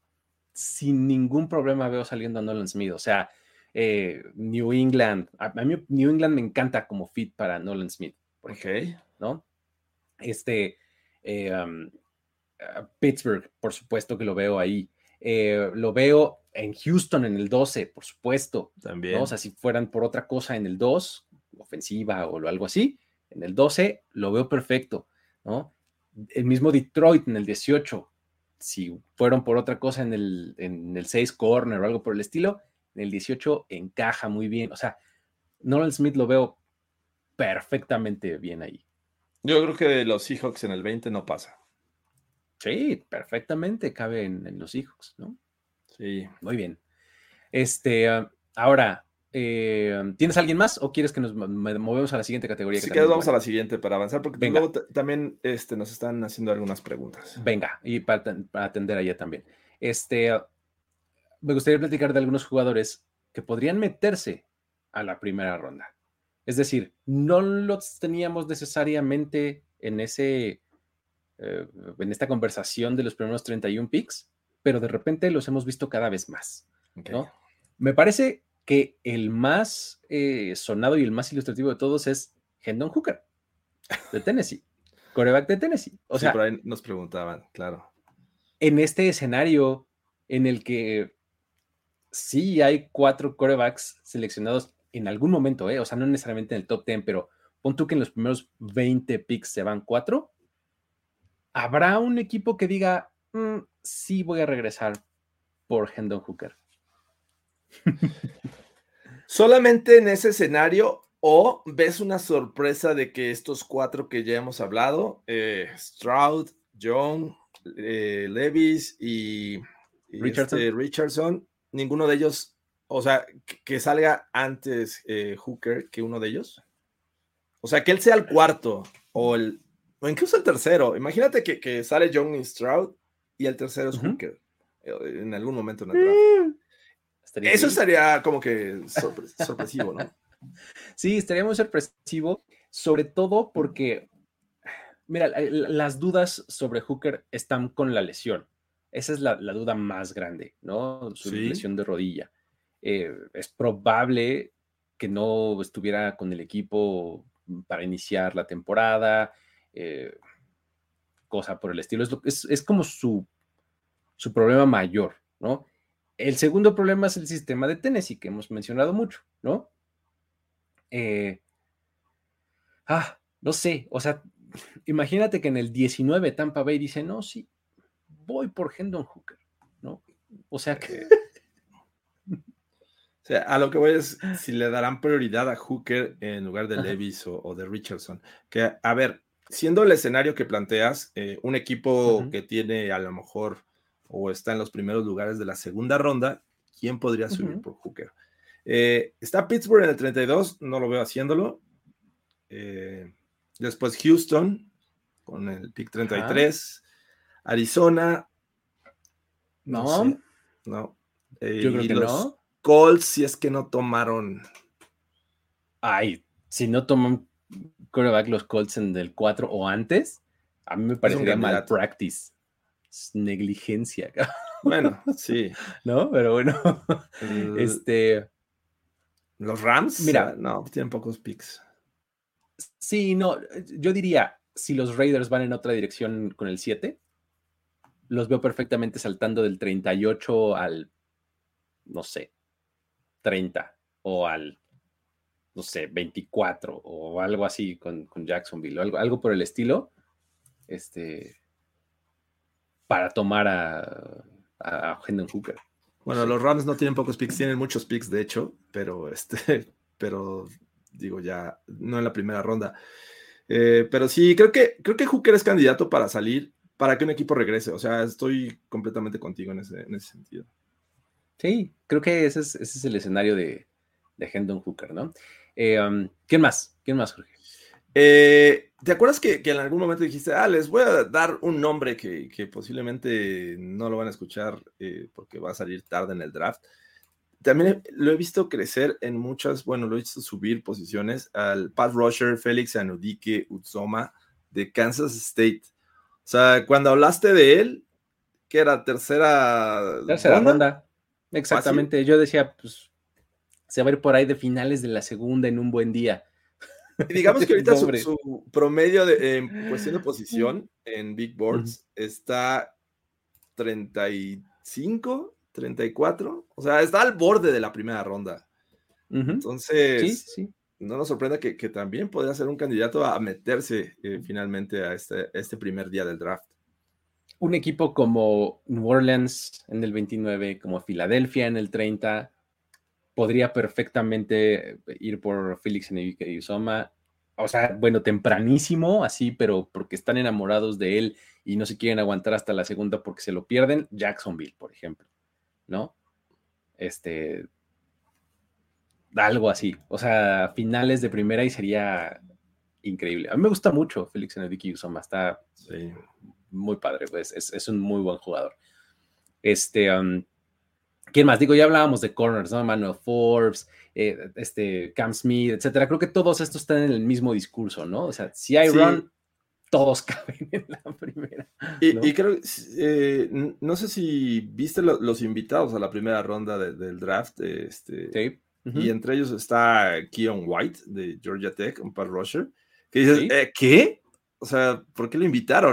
sin ningún problema veo saliendo a Nolan Smith. O sea, Eh, New England, a, a mí New England me encanta como fit para Nolan Smith, por ejemplo, okay. ¿no? Este, eh, um, uh, Pittsburgh, por supuesto que lo veo ahí, eh, lo veo en Houston en el doce, por supuesto, también, ¿no? O sea, si fueran por otra cosa en el dos, ofensiva o algo así, en el doce lo veo perfecto, ¿no? El mismo Detroit en el dieciocho, si fueron por otra cosa en el, en el seis corner o algo por el estilo, en el dieciocho encaja muy bien. O sea, Nolan Smith lo veo perfectamente bien ahí. Yo creo que de los Seahawks en el veinte no pasa. Sí, perfectamente cabe en, en los Seahawks, ¿no? Sí. Muy bien. Este, uh, ahora, eh, ¿tienes alguien más o quieres que nos movemos a la siguiente categoría? Sí, que que vamos bueno? a la siguiente para avanzar, porque Venga. luego también este, nos están haciendo algunas preguntas. Venga, y para, para atender allá también. Este... Uh, me gustaría platicar de algunos jugadores que podrían meterse a la primera ronda. Es decir, no los teníamos necesariamente en, ese, eh, en esta conversación de los primeros treinta y uno picks, pero de repente los hemos visto cada vez más. Okay. ¿No? Me parece que el más eh, sonado y el más ilustrativo de todos es Hendon Hooker, de Tennessee, quarterback de Tennessee. O sí, sea, por ahí nos preguntaban, claro. en este escenario en el que sí hay cuatro quarterbacks seleccionados en algún momento, ¿eh? O sea, no necesariamente en el top diez, pero pon tú que en los primeros veinte picks se van cuatro, ¿habrá un equipo que diga, mm, sí voy a regresar por Hendon Hooker? ¿Solamente en ese escenario o ves una sorpresa de que estos cuatro que ya hemos hablado, eh, Stroud, Young, eh, Levis y, y Richardson. Este Richardson, ninguno de ellos, o sea, que, que salga antes eh, Hooker que uno de ellos? O sea, que él sea el cuarto o el o incluso el tercero. Imagínate que, que sale Young y Stroud y el tercero es Uh-huh. Hooker eh, en algún momento en el draft. Estaría Eso increíble. estaría como que sorpre- sorpresivo, ¿no? Sí, estaría muy sorpresivo, sobre todo porque, mira, la- la- las dudas sobre Hooker están con la lesión. Esa es la, la duda más grande, ¿no? Su Sí. lesión de rodilla. Eh, es probable que no estuviera con el equipo para iniciar la temporada, eh, cosa por el estilo. Es, lo- es, es como su, su problema mayor, ¿no? El segundo problema es el sistema de Tennessee, que hemos mencionado mucho, ¿no? Eh, ah, no sé, o sea, imagínate que en el diecinueve Tampa Bay dice, no, sí, voy por Hendon Hooker, ¿no? O sea que... O sea, a lo que voy es si le darán prioridad a Hooker en lugar de Levis o, o de Richardson. Que, a ver, siendo el escenario que planteas, eh, un equipo Uh-huh. que tiene a lo mejor o está en los primeros lugares de la segunda ronda, ¿quién podría subir Uh-huh. por Hooker? Eh, está Pittsburgh en el treinta y dos, no lo veo haciéndolo. Eh, después Houston con el pick treinta y tres. Ajá. Arizona, no, No, sé, no. Eh, yo creo y que los no. Colts, si es que no tomaron. Ay, si no toman quarterback los Colts en el cuatro o antes, a mí me parecería candidato. malpractice. Es negligencia. Bueno, sí. ¿No? Pero bueno. El- este. Los Rams, Mira. eh, no, tienen pocos picks. Sí, no, yo diría, si los Raiders van en otra dirección con el siete, los veo perfectamente saltando del treinta y ocho al, no sé, treinta o al, no sé, veinticuatro o algo así con, con Jacksonville o algo, algo por el estilo, este, para tomar a, a, a Hendon Hooker. Bueno, Sí. los Rams no tienen pocos picks, tienen muchos picks, de hecho, pero este, pero digo ya, no en la primera ronda. Eh, pero sí, creo que, creo que Hooker es candidato para salir, para que un equipo regrese. O sea, estoy completamente contigo en ese, en ese sentido. Sí, creo que ese es, ese es el escenario de, de Hendon Hooker, ¿no? Eh, um, ¿Quién más? ¿Quién más, Jorge? Eh, ¿Te acuerdas que, que en algún momento dijiste, ah, les voy a dar un nombre que, que posiblemente no lo van a escuchar eh, porque va a salir tarde en el draft? También lo he visto crecer en muchas, bueno, lo he visto subir posiciones al pass rusher Félix Anudike-Uzomah de Kansas State. O sea, cuando hablaste de él, que era tercera, Tercera ronda, ronda. Exactamente. ¿Fácil? Yo decía, pues, se va a ir por ahí de finales de la segunda en un buen día. Y digamos que ahorita su, su promedio de, en cuestión de posición en Big Boards uh-huh. está treinta y cinco, treinta y cuatro. O sea, está al borde de la primera ronda. Uh-huh. Entonces, sí, sí. no nos sorprenda que, que también podría ser un candidato a meterse eh, finalmente a este, este primer día del draft. Un equipo como New Orleans en el veintinueve, como Filadelfia en el treinta, podría perfectamente ir por Félix Anudike-Uzomah. O sea, bueno, tempranísimo, así, pero porque están enamorados de él y no se quieren aguantar hasta la segunda porque se lo pierden. Jacksonville, por ejemplo, ¿no? Este, algo así. O sea, finales de primera y sería increíble. A mí me gusta mucho Félix Anudike-Uzomah, está sí. muy padre, pues es, es un muy buen jugador. Este, um, ¿quién más? Digo, ya hablábamos de corners, ¿no? Emmanuel Forbes, eh, este, Cam Smith, etcétera. Creo que todos estos están en el mismo discurso, ¿no? O sea, si hay sí. run, todos caben en la primera. Y, ¿no? y creo, eh, no sé si viste lo, los invitados a la primera ronda de, del draft, este, sí. uh-huh. y entre ellos está Keon White de Georgia Tech, un pass rusher, que dices, ¿Sí? eh, ¿qué? O sea, ¿por qué lo invitaron?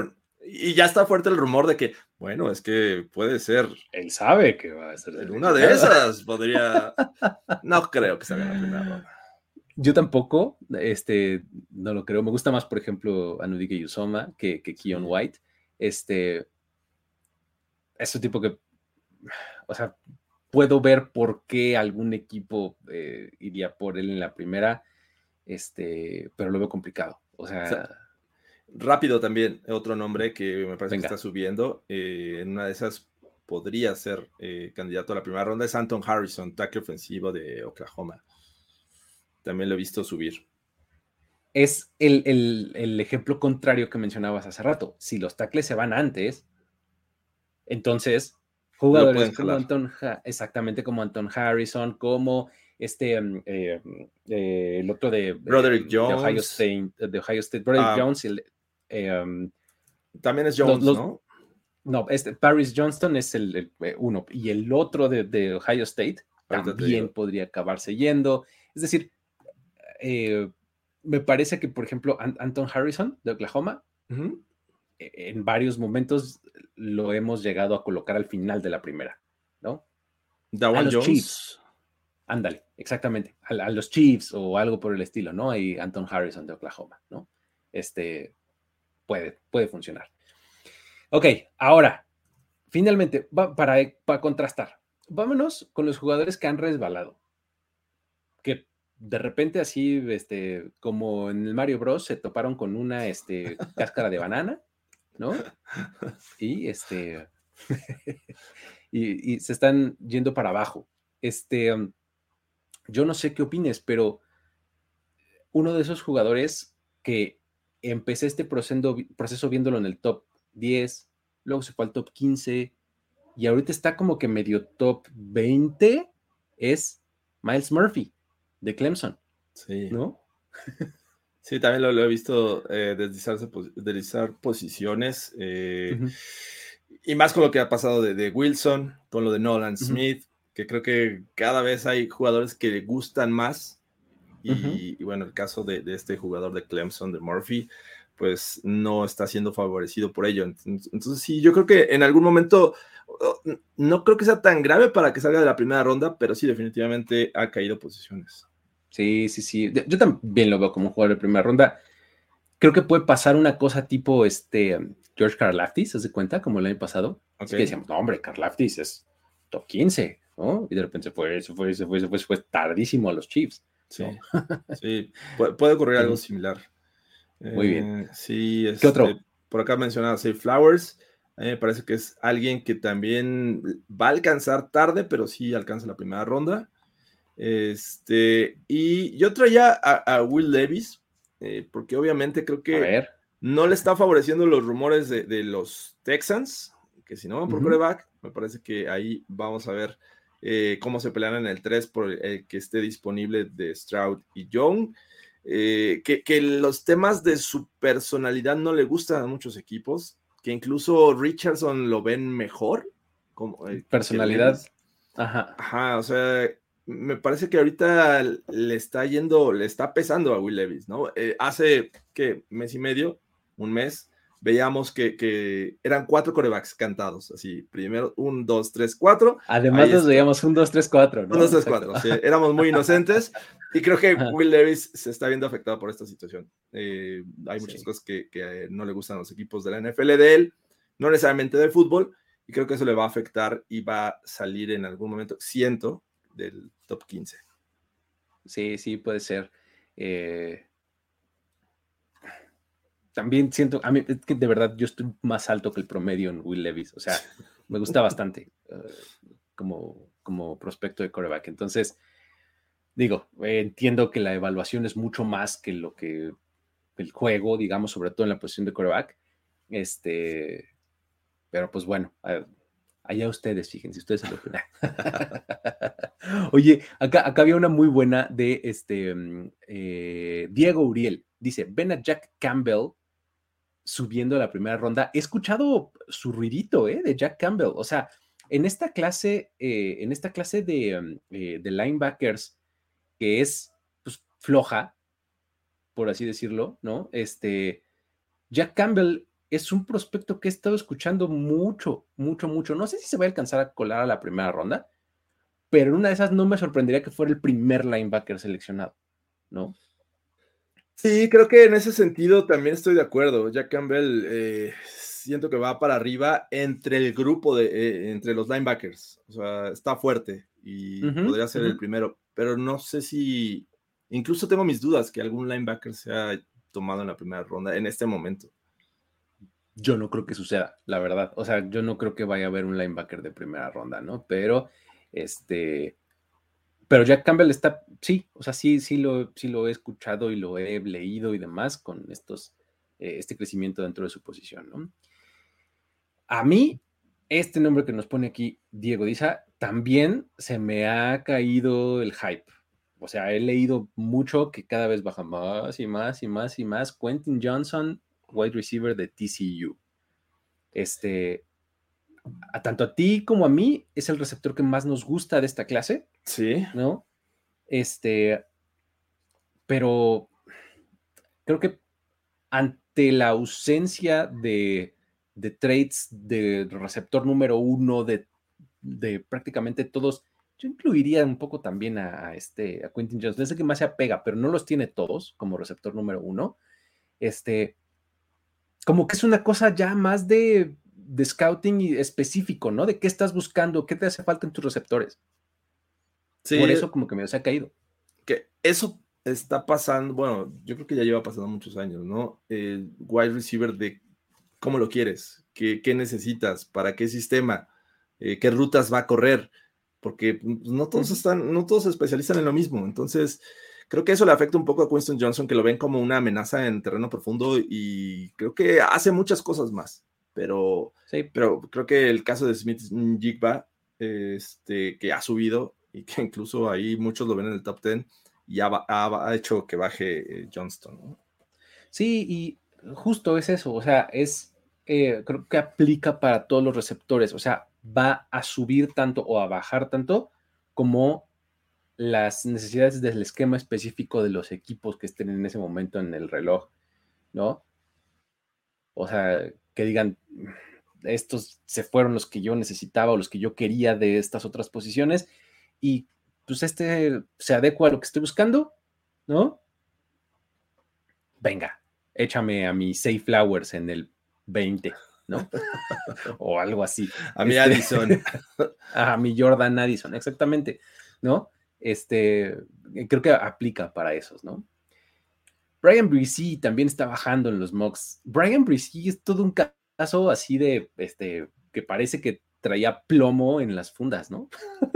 Y ya está fuerte el rumor de que, bueno, es que puede ser. Él sabe que va a ser. En una de esas podría. No creo que salga en la primera ronda. Yo tampoco, este, no lo creo. Me gusta más, por ejemplo, Anudike Yusoma que, que Keon Sí. White. Este, es un tipo que, o sea, puedo ver por qué algún equipo eh, iría por él en la primera, este, pero lo veo complicado. O sea, O sea, rápido también, otro nombre que me parece Venga. que está subiendo. Eh, en una de esas podría ser eh, candidato a la primera ronda. Es Anton Harrison, tackle ofensivo de Oklahoma. También lo he visto subir. es el, el, el ejemplo contrario que mencionabas hace rato. Si los tackles se van antes, entonces jugadores como jalar. Anton, Ha- exactamente como Anton Harrison, como este, um, eh, eh, el otro de, Broderick eh, de Ohio Jones. State, de Ohio State, Broderick Ah, Jones, y el, eh, um, También es los- Jones, los- ¿no? no, este Paris Johnston es el, el, eh, uno, y el otro de, de Ohio State Ahorita te también digo. podría acabarse yendo. Es decir, eh, me parece que, por ejemplo, An- Anton Harrison de Oklahoma, Ujú. eh, en varios momentos lo hemos llegado a colocar al final de la primera, ¿no? A Dawan los Jones. Chiefs. Ándale, exactamente. A, a los Chiefs o algo por el estilo, ¿no? Hay Anton Harrison de Oklahoma, ¿no? Este puede, puede funcionar. Ok, ahora, finalmente, va, para, para contrastar, vámonos con los jugadores que han resbalado. Que de repente así, este, como en el Mario Bros, se toparon con una este, cáscara de banana, ¿no? Y este. y, y se están yendo para abajo. Este. Um, yo no sé qué opines, pero uno de esos jugadores que empecé este proceso, proceso viéndolo en el top diez, luego se fue al top quince y ahorita está como que medio top veinte, es Miles Murphy de Clemson, Sí. ¿no? Sí, también lo, lo he visto eh, deslizarse, deslizar posiciones. Eh, uh-huh. Y más con lo que ha pasado de, de Wilson, con lo de Nolan uh-huh. Smith, que creo que cada vez hay jugadores que le gustan más. Y, uh-huh. y bueno, el caso de, de este jugador de Clemson, de Murphy, pues no está siendo favorecido por ello. Entonces, entonces sí, yo creo que en algún momento, no creo que sea tan grave para que salga de la primera ronda, pero sí definitivamente ha caído posiciones. Sí, sí, sí. Yo también lo veo como un jugador de primera ronda. Creo que puede pasar una cosa tipo este George Karlaftis, ¿se hace cuenta? Como el año pasado. Okay. Así que decíamos, no, hombre, Karlaftis es top quince, ¿no? Y de repente se fue, se fue, se fue, se fue, se fue tardísimo a los Chiefs. Sí, ¿no? sí. Pu- puede ocurrir algo similar. Muy eh, bien. Sí, este, ¿qué otro? Por acá mencionaba Zay Flowers. A mí me parece que es alguien que también va a alcanzar tarde, pero sí alcanza la primera ronda. Este, y yo traía a, a Will Levis, eh, porque obviamente creo que no le está favoreciendo los rumores de, de los Texans, que si no van por uh-huh. quarterback, me parece que ahí vamos a ver eh, cómo se pelean en el tres por el, el que esté disponible de Stroud y Young. Eh, que, que los temas de su personalidad no le gustan a muchos equipos, que incluso Richardson lo ven mejor. Como, eh, personalidad. Ajá. Ajá, o sea, me parece que ahorita le está yendo, le está pesando a Will Levis, ¿no? Eh, hace, ¿qué? Mes y medio, un mes, veíamos que, que eran cuatro quarterbacks cantados, así, primero, un, dos, tres, cuatro. Además nos veíamos un, dos, tres, cuatro, ¿no? Un, dos, tres, cuatro, sí, éramos muy inocentes, y creo que Will Levis se está viendo afectado por esta situación. Eh, hay muchas sí. cosas que, que no le gustan a los equipos de la N F L de él, no necesariamente del fútbol, y creo que eso le va a afectar y va a salir en algún momento, siento, del top quince. Sí, sí, puede ser. Eh, también siento, a mí, es que de verdad yo estoy más alto que el promedio en Will Levis, o sea, me gusta bastante uh, como, como prospecto de quarterback. Entonces, digo, eh, entiendo que la evaluación es mucho más que lo que el juego, digamos, sobre todo en la posición de quarterback. Este, pero pues bueno, uh, allá ustedes, fíjense, ustedes se lo opinan. Oye, acá, acá había una muy buena de este eh, Diego Uriel. Dice, ven a Jack Campbell subiendo a la primera ronda. He escuchado su ruidito eh, de Jack Campbell. O sea, en esta clase, eh, en esta clase de, eh, de linebackers, que es pues, floja, por así decirlo, ¿no? Este, Jack Campbell es un prospecto que he estado escuchando mucho, mucho, mucho. No sé si se va a alcanzar a colar a la primera ronda, pero en una de esas no me sorprendería que fuera el primer linebacker seleccionado, ¿no? Sí, creo que en ese sentido también estoy de acuerdo. Jack Campbell eh, siento que va para arriba entre el grupo de, eh, entre los linebackers. O sea, está fuerte y Uh-huh, podría ser uh-huh. el primero, pero no sé si, incluso tengo mis dudas que algún linebacker sea tomado en la primera ronda en este momento. Yo no creo que suceda, la verdad. O sea, yo no creo que vaya a haber un linebacker de primera ronda, ¿no? Pero, este, pero Jack Campbell está, sí, o sea, sí, sí lo, sí lo he escuchado y lo he leído y demás con estos, eh, este crecimiento dentro de su posición, ¿no? A mí, este nombre que nos pone aquí, Diego Diza, también se me ha caído el hype. O sea, he leído mucho que cada vez baja más y más y más y más. Quentin Johnson, wide receiver de T C U. Este, a tanto a ti como a mí, es el receptor que más nos gusta de esta clase, Sí. ¿no? Este, pero creo que ante la ausencia de, de traits de receptor número uno de, de prácticamente todos, yo incluiría un poco también a, a este, a Quentin Johnson, es el que más se apega, pero no los tiene todos como receptor número uno. Este, como que es una cosa ya más de, de scouting y específico, ¿no? De qué estás buscando, qué te hace falta en tus receptores. Sí, Por eso como que me se ha caído. que eso está pasando, bueno, yo creo que ya lleva pasando muchos años, ¿no? El wide receiver de cómo lo quieres, qué, qué necesitas, para qué sistema, eh, qué rutas va a correr, porque pues, no todos están, no todos se especializan en lo mismo, entonces creo que eso le afecta un poco a Winston Johnson, que lo ven como una amenaza en terreno profundo y creo que hace muchas cosas más, pero, Sí. pero creo que el caso de Smith-Njigba, este, que ha subido y que incluso ahí muchos lo ven en el top diez, y ha, ha, ha hecho que baje eh, Johnston, ¿no? Sí, y justo es eso, o sea, es, eh, creo que aplica para todos los receptores, o sea, va a subir tanto o a bajar tanto como las necesidades del esquema específico de los equipos que estén en ese momento en el reloj, ¿no? O sea, que digan, estos se fueron los que yo necesitaba o los que yo quería de estas otras posiciones y pues este se adecua a lo que estoy buscando, ¿no? Venga, échame a mi Safe Flowers en el veinte, ¿no? O algo así. A mi este, Addison. A mi Jordan Addison, exactamente, ¿no? Este, creo que aplica para esos, ¿no? Brian Bresee también está bajando en los mocks. Brian Bresee es todo un caso así de, este, que parece que traía plomo en las fundas, ¿no?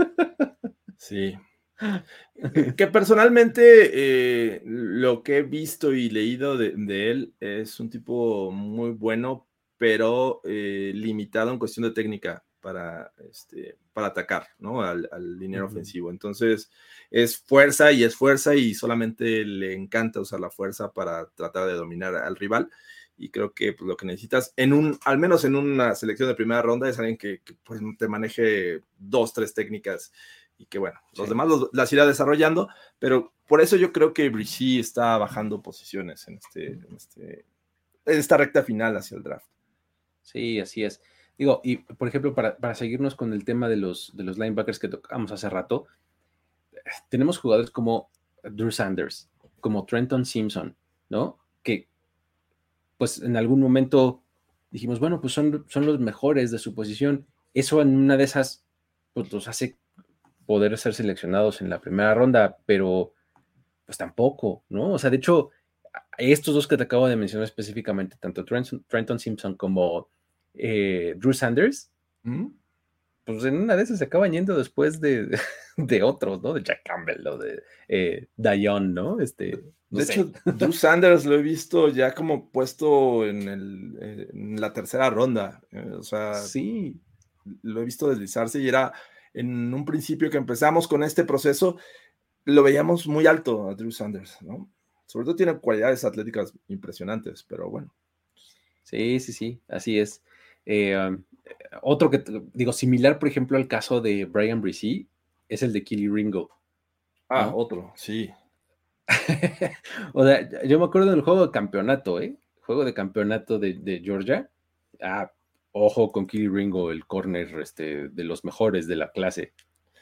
Sí. Que personalmente eh, lo que he visto y leído de, de él es un tipo muy bueno, pero eh, limitado en cuestión de técnica para, este, para atacar, ¿no? Al, al liniero uh-huh. ofensivo. Entonces es fuerza y es fuerza y solamente le encanta usar la fuerza para tratar de dominar al rival. Y creo que pues, lo que necesitas, en un, al menos en una selección de primera ronda, es alguien que, que pues, te maneje dos, tres técnicas y que bueno, los sí. demás los, las irá desarrollando, pero por eso yo creo que Bresee está bajando posiciones en, este, en, este, en esta recta final hacia el draft. Sí, así es. Digo, y por ejemplo, para, para seguirnos con el tema de los, de los linebackers que tocamos hace rato, tenemos jugadores como Drew Sanders, como Trenton Simpson, ¿no? Que pues en algún momento dijimos, bueno, pues son, son los mejores de su posición. Eso en una de esas, pues los hace poder ser seleccionados en la primera ronda, pero pues tampoco, ¿no? O sea, de hecho, estos dos que te acabo de mencionar específicamente, tanto Trenton, Trenton Simpson como eh, Drew Sanders, ¿Mm? pues en una de esas se acaban yendo después de, de otros, ¿no? De Jack Campbell o de eh, Dion, ¿no? Este, no de sé. hecho, Drew Sanders lo he visto ya como puesto en, el, en la tercera ronda, o sea, sí, lo he visto deslizarse y era en un principio que empezamos con este proceso, lo veíamos muy alto a Drew Sanders, ¿no? Sobre todo tiene cualidades atléticas impresionantes, pero bueno. Sí, sí, sí, así es. Eh, um, otro que, digo, similar, por ejemplo, al caso de Brian Bresee, es el de Kelee Ringo. Ah, ¿no? Otro, sí. O sea, yo me acuerdo del juego de campeonato, ¿eh? juego de campeonato de, de Georgia, ah, ojo con Kelee Ringo, el corner este, de los mejores de la clase.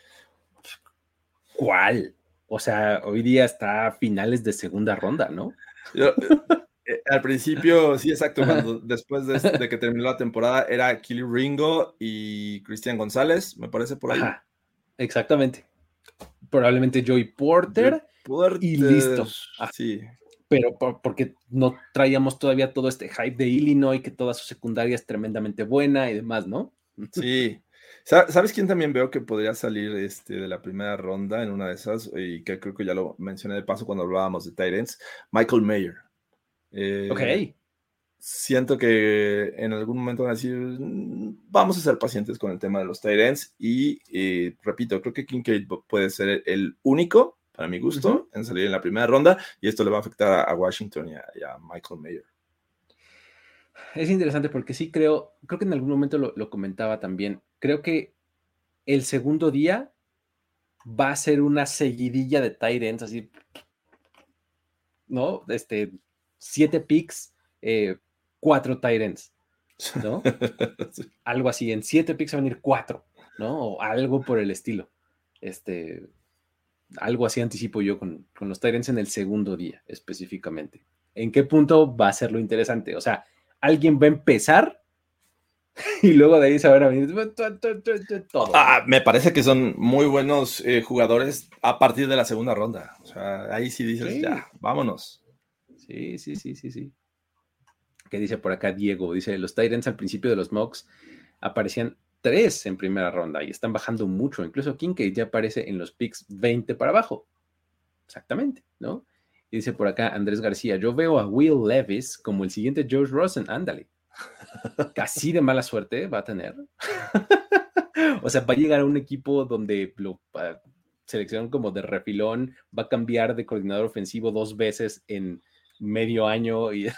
¿Cuál? O sea, hoy día está a finales de segunda ronda, ¿no? Yo, eh, al principio, sí, exacto, cuando después de, de que terminó la temporada era Kelee Ringo y Cristian González, me parece por ahí. Ajá, exactamente. Probablemente Joey Porter, Joey Porter y listo. Ah, sí. Pero por, porque no traíamos todavía todo este hype de Illinois, que toda su secundaria es tremendamente buena y demás, ¿no? Sí. ¿Sabes quién también veo que podría salir este, de la primera ronda en una de esas? Y que creo que ya lo mencioné de paso cuando hablábamos de tight ends. Michael Mayer. Eh, ok. Siento que en algún momento van a decir, vamos a ser pacientes con el tema de los tight ends. Y eh, repito, creo que Kincaid puede ser el único, para mi gusto, uh-huh. en salir en la primera ronda. Y esto le va a afectar a, a Washington y a, y a Michael Mayer. Es interesante porque sí creo, creo que en algún momento lo, lo comentaba también, creo que el segundo día va a ser una seguidilla de tight ends, así, ¿no? Este, siete picks, eh, cuatro tight ends, ¿no? Sí. Algo así, en siete picks va a venir cuatro, ¿no? O algo por el estilo. Este, algo así anticipo yo con, con los tight ends en el segundo día, específicamente. ¿En qué punto va a ser lo interesante? O sea, alguien va a empezar y luego de ahí se van a venir todo. Ah, me parece que son muy buenos eh, jugadores a partir de la segunda ronda. O sea, ahí sí dices, sí. ya, vámonos. Sí, sí, sí, sí, sí. ¿Qué dice por acá Diego? Dice, los tight ends al principio de los mocks aparecían tres en primera ronda y están bajando mucho. Incluso Kincaid ya aparece en los picks veinte para abajo. Exactamente, ¿no? Y dice por acá Andrés García, yo veo a Will Levis como el siguiente Josh Rosen, ándale. Casi de mala suerte va a tener. O sea, va a llegar a un equipo donde lo uh, seleccionan como de refilón, va a cambiar de coordinador ofensivo dos veces en medio año y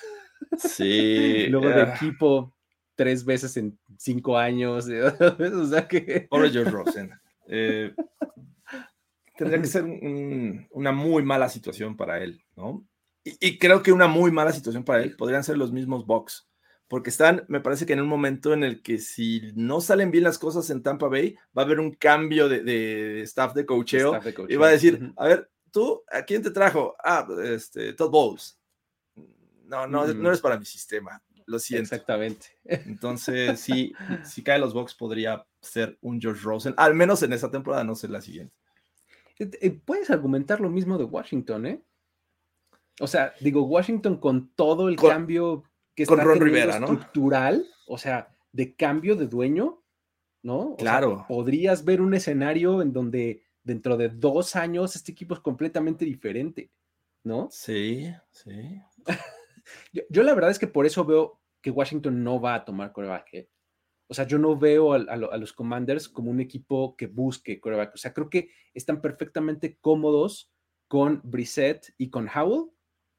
sí, luego uh, de equipo tres veces en cinco años. O sea que... Pobre Josh Rosen. Eh, tendría que ser un, una muy mala situación para él, ¿no? Y, y creo que una muy mala situación para él podrían ser los mismos Bucs, porque están, me parece que en un momento en el que si no salen bien las cosas en Tampa Bay, va a haber un cambio de, de staff de coacheo, staff de coacheo. Y va a decir, uh-huh. a ver, ¿tú a quién te trajo? Ah, este, Todd Bowles. No, no, uh-huh. no eres para mi sistema, lo siento. Exactamente. Entonces, sí, si cae los Bucs podría ser un Josh Rosen, al menos en esa temporada, no sé la siguiente. Puedes argumentar lo mismo de Washington, ¿eh? O sea, digo, Washington con todo el con, cambio que con está Ron Rivera, estructural, ¿no? O sea, de cambio de dueño, ¿no? O claro. sea, podrías ver un escenario en donde dentro de dos años este equipo es completamente diferente, ¿no? Sí, sí. yo, yo la verdad es que por eso veo que Washington no va a tomar quarterback, ¿eh? O sea, yo no veo a, a, a los Commanders como un equipo que busque quarterback. O sea, creo que están perfectamente cómodos con Brissett y con Howell.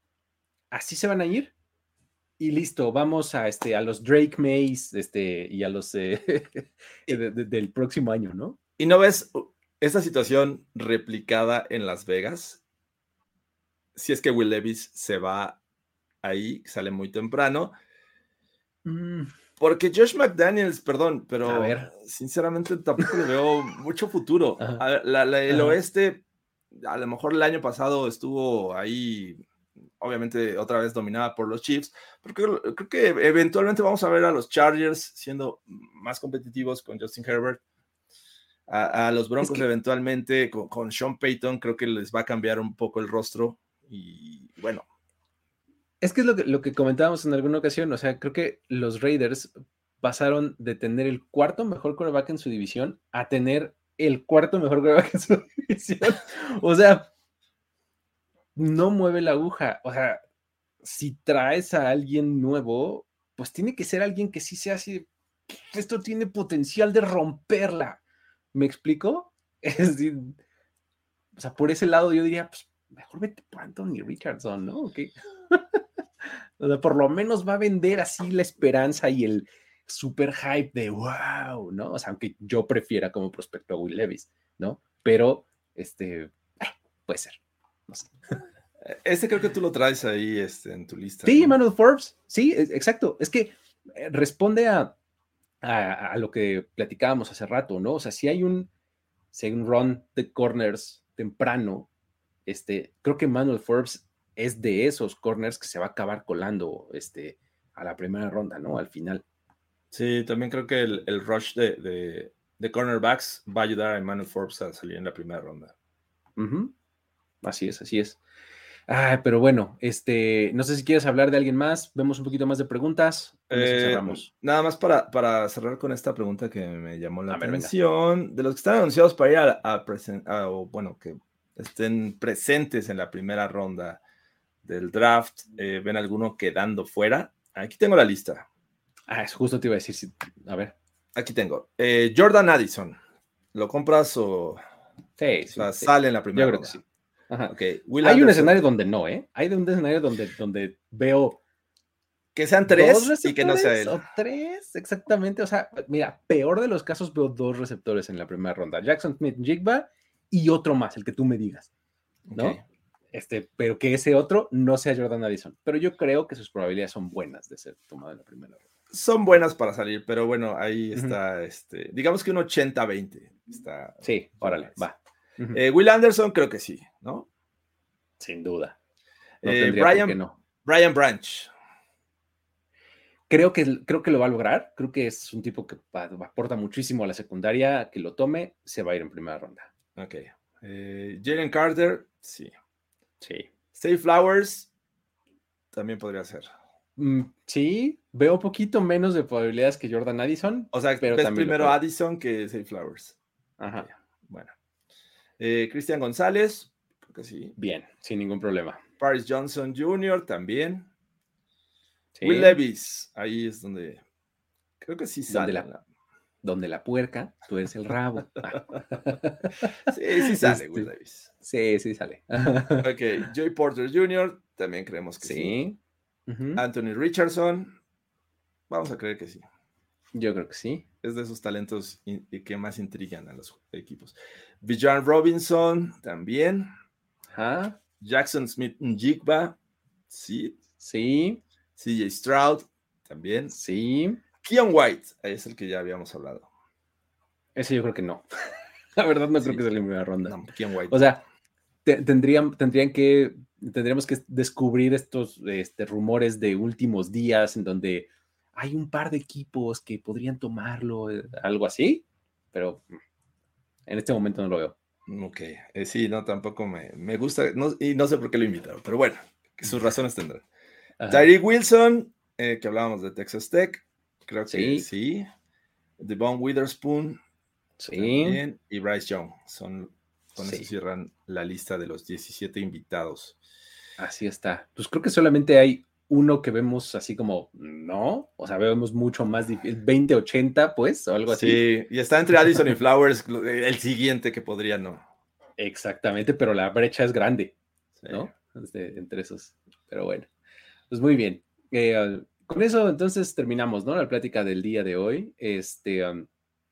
Así se van a ir. Y listo, vamos a, este, a los Drake Mays este, y a los eh, de, de, del próximo año, ¿no? ¿Y no ves esta situación replicada en Las Vegas? Si es que Will Levis se va ahí, sale muy temprano. Mm. Porque Josh McDaniels, perdón, pero a ver. sinceramente tampoco le veo mucho futuro. A ver, la, la, el Ajá. oeste, a lo mejor el año pasado estuvo ahí, obviamente otra vez dominada por los Chiefs, porque creo que eventualmente vamos a ver a los Chargers siendo más competitivos con Justin Herbert. A, a los Broncos es que... eventualmente con, con Sean Payton creo que les va a cambiar un poco el rostro y bueno. Es que es lo que, lo que comentábamos en alguna ocasión, o sea, creo que los Raiders pasaron de tener el cuarto mejor quarterback en su división a tener el cuarto mejor quarterback en su división. O sea, no mueve la aguja. O sea, si traes a alguien nuevo, pues tiene que ser alguien que sí sea así, esto tiene potencial de romperla. ¿Me explico? Es decir, o sea, por ese lado yo diría, pues mejor vete por Anthony Richardson, ¿no? Okay. O sea, por lo menos va a vender así la esperanza y el super hype de wow, ¿no? O sea, aunque yo prefiera como prospecto a Will Levis, ¿no? Pero, este, eh, puede ser, no sé. Este creo que tú lo traes ahí este, en tu lista. Sí, ¿no? Emmanuel Forbes, sí, es- exacto. Es que eh, responde a, a, a lo que platicábamos hace rato, ¿no? O sea, si hay un, si hay un run de corners temprano, este, creo que Emmanuel Forbes es de esos corners que se va a acabar colando este, a la primera ronda, ¿no? Al final. Sí, también creo que el, el rush de, de, de cornerbacks va a ayudar a Emmanuel Forbes a salir en la primera ronda. Ujú. Así es, así es. Ah, pero bueno, este, no sé si quieres hablar de alguien más, vemos un poquito más de preguntas, con eso Eh, cerramos. nada más para, para cerrar con esta pregunta que me llamó la A ver, venga. atención. De los que están anunciados para ir a, a, presen- a- o bueno, que estén presentes en la primera ronda del draft, eh, ¿ven alguno quedando fuera? Aquí tengo la lista. Ah, es justo te iba a decir, si- a ver. Aquí tengo. Eh, Jordan Addison. ¿Lo compras o, Sí, o sí, sea, sí. sale en la primera Yo creo ronda? que sí. Ajá. Okay. Will Hay un Anderson. escenario donde no, ¿eh? Hay un escenario donde, donde veo Que sean dos tres y que no sea receptores él. o tres, exactamente. O sea, mira, peor de los casos veo dos receptores en la primera ronda. Jackson Smith-Njigba y otro más, el que tú me digas, ¿no? Ok. Este, pero que ese otro no sea Jordan Addison. Pero yo creo que sus probabilidades son buenas de ser tomado en la primera ronda. Son buenas para salir, pero bueno, ahí Ujú. está, este, digamos que un ochenta veinte. Está, Sí, órale, va. Ujú. Eh, Will Anderson, creo que sí, ¿no? Sin duda. No Eh, tendría por qué Brian, no. Brian Branch. Creo que, creo que lo va a lograr. Creo que es un tipo que pa- aporta muchísimo a la secundaria. Que lo tome, se va a ir en primera ronda. Ok. Eh, Jalen Carter, sí. Sí. Stay Flowers, también podría ser. Mm, sí, veo un poquito menos de probabilidades que Jordan Addison. O sea, pero ves también lo primero puede. Addison que Stay Flowers. Ajá. Ok, bueno. Eh, Cristian González, creo que sí. Bien, sin ningún problema. Paris Johnson junior también. Sí. Will Levis, ahí es donde creo que sí sale. Donde la, la... donde la puerca, tú eres el rabo. Ah. Sí, sí sale Este, Will Levis. Sí, sí sale. Ok, Joey Porter junior, también creemos que sí. Sí. Ujú. Anthony Richardson, vamos a creer que sí. Yo creo que sí. Es de esos talentos in- que más intrigan a los equipos. Bijan Robinson, también. Ajá. Jackson Smith-Njigba, sí. Sí. C J Stroud, también. Sí. Keon White, ahí es el que ya habíamos hablado. Ese yo creo que no. La verdad no Sí. creo que sea la primera ronda. No, Keon White. O sea, te- tendrían, tendrían que, tendríamos que descubrir estos este, rumores de últimos días en donde hay un par de equipos que podrían tomarlo, eh, algo así, pero en este momento no lo veo. Ok, eh, sí, no, tampoco me, me gusta, no, y no sé por qué lo invitaron, pero bueno, que sus razones tendrán. Ajá. Tyreek Wilson, eh, que hablábamos de Texas Tech, creo Sí. que sí. Devon Witherspoon, Sí. también, y Bryce Young, son, con Sí. eso cierran la lista de los diecisiete invitados. Así está. Pues creo que solamente hay uno que vemos así como, no, o sea, vemos mucho más difícil, veinte ochenta, pues, o algo así. Sí, y está entre Addison y Flowers, el siguiente que podría no. Exactamente, pero la brecha es grande, Sí. ¿no? Este, entre esos. Pero bueno, pues muy bien. Eh, uh, con eso entonces terminamos, ¿no? La plática del día de hoy. Este, um,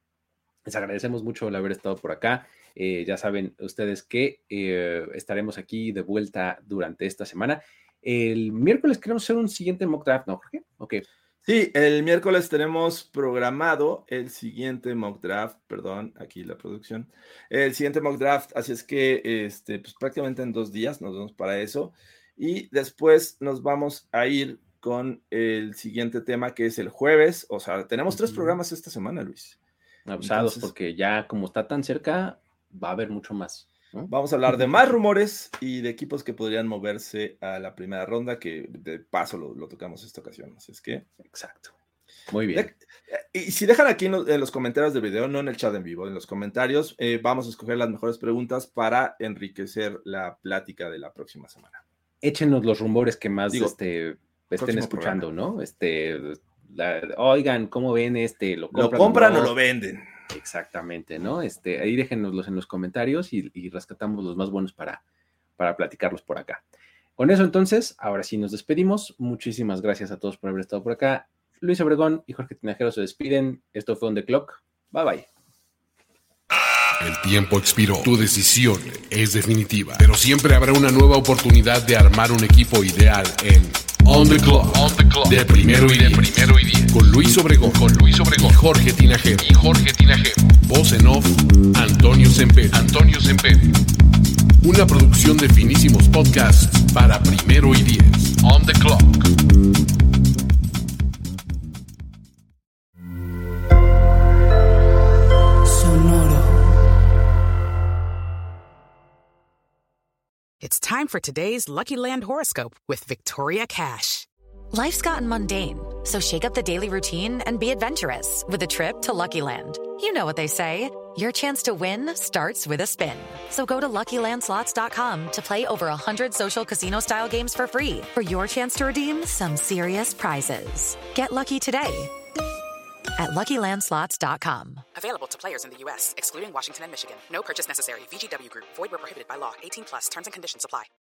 les agradecemos mucho el haber estado por acá. Eh, ya saben ustedes que eh, estaremos aquí de vuelta durante esta semana. El miércoles queremos hacer un siguiente mock draft, ¿no, Jorge? Ok. Sí, el miércoles tenemos programado el siguiente mock draft, perdón, aquí la producción, el siguiente mock draft, así es que este, pues prácticamente en dos días nos vemos para eso y después nos vamos a ir con el siguiente tema que es el jueves, o sea, tenemos tres Ujú. programas esta semana, Luis. Abusados, Entonces, porque ya como está tan cerca, va a haber mucho más, ¿no? vamos a hablar de más rumores y de equipos que podrían moverse a la primera ronda, que de paso lo, lo tocamos esta ocasión. Así es que. Exacto. Muy bien. De, y si dejan aquí en los, en los comentarios del video, no en el chat en vivo, en los comentarios, eh, vamos a escoger las mejores preguntas para enriquecer la plática de la próxima semana. Échenos los rumores que más Digo, este, estén próximo escuchando, programa. ¿no? Este, la- oigan, ¿cómo ven este? ¿Lo ¿Lo compran, compran no? o lo venden? Exactamente, ¿no? Este, ahí déjenoslos en los comentarios y, y rescatamos los más buenos para, para platicarlos por acá. Con eso, entonces, ahora sí nos despedimos. Muchísimas gracias a todos por haber estado por acá. Luis Obregón y Jorge Tinajero se despiden. Esto fue On The Clock. Bye, bye. El tiempo expiró. Tu decisión es definitiva. Pero siempre habrá una nueva oportunidad de armar un equipo ideal en On the Clock. On the Clock. De primero y de primero y diez. Con Luis Obregón. Con Luis Obregón. Y Jorge Tinajero. Y Jorge Tinajero. Voz en off, Antonio Semperi. Antonio Semperi. Una producción de Finísimos Podcasts para primero y diez. On the Clock. It's time for today's Lucky Land horoscope with Victoria Cash. Life's gotten mundane, so shake up the daily routine and be adventurous with a trip to Lucky Land. You know what they say, your chance to win starts with a spin. So go to Lucky Land Slots dot com to play over one hundred social casino-style games for free for your chance to redeem some serious prizes. Get lucky today at Lucky Land Slots dot com. Available to players in the U S, excluding Washington and Michigan. No purchase necessary. V G W Group. Void where prohibited by law. eighteen plus. Terms and conditions apply.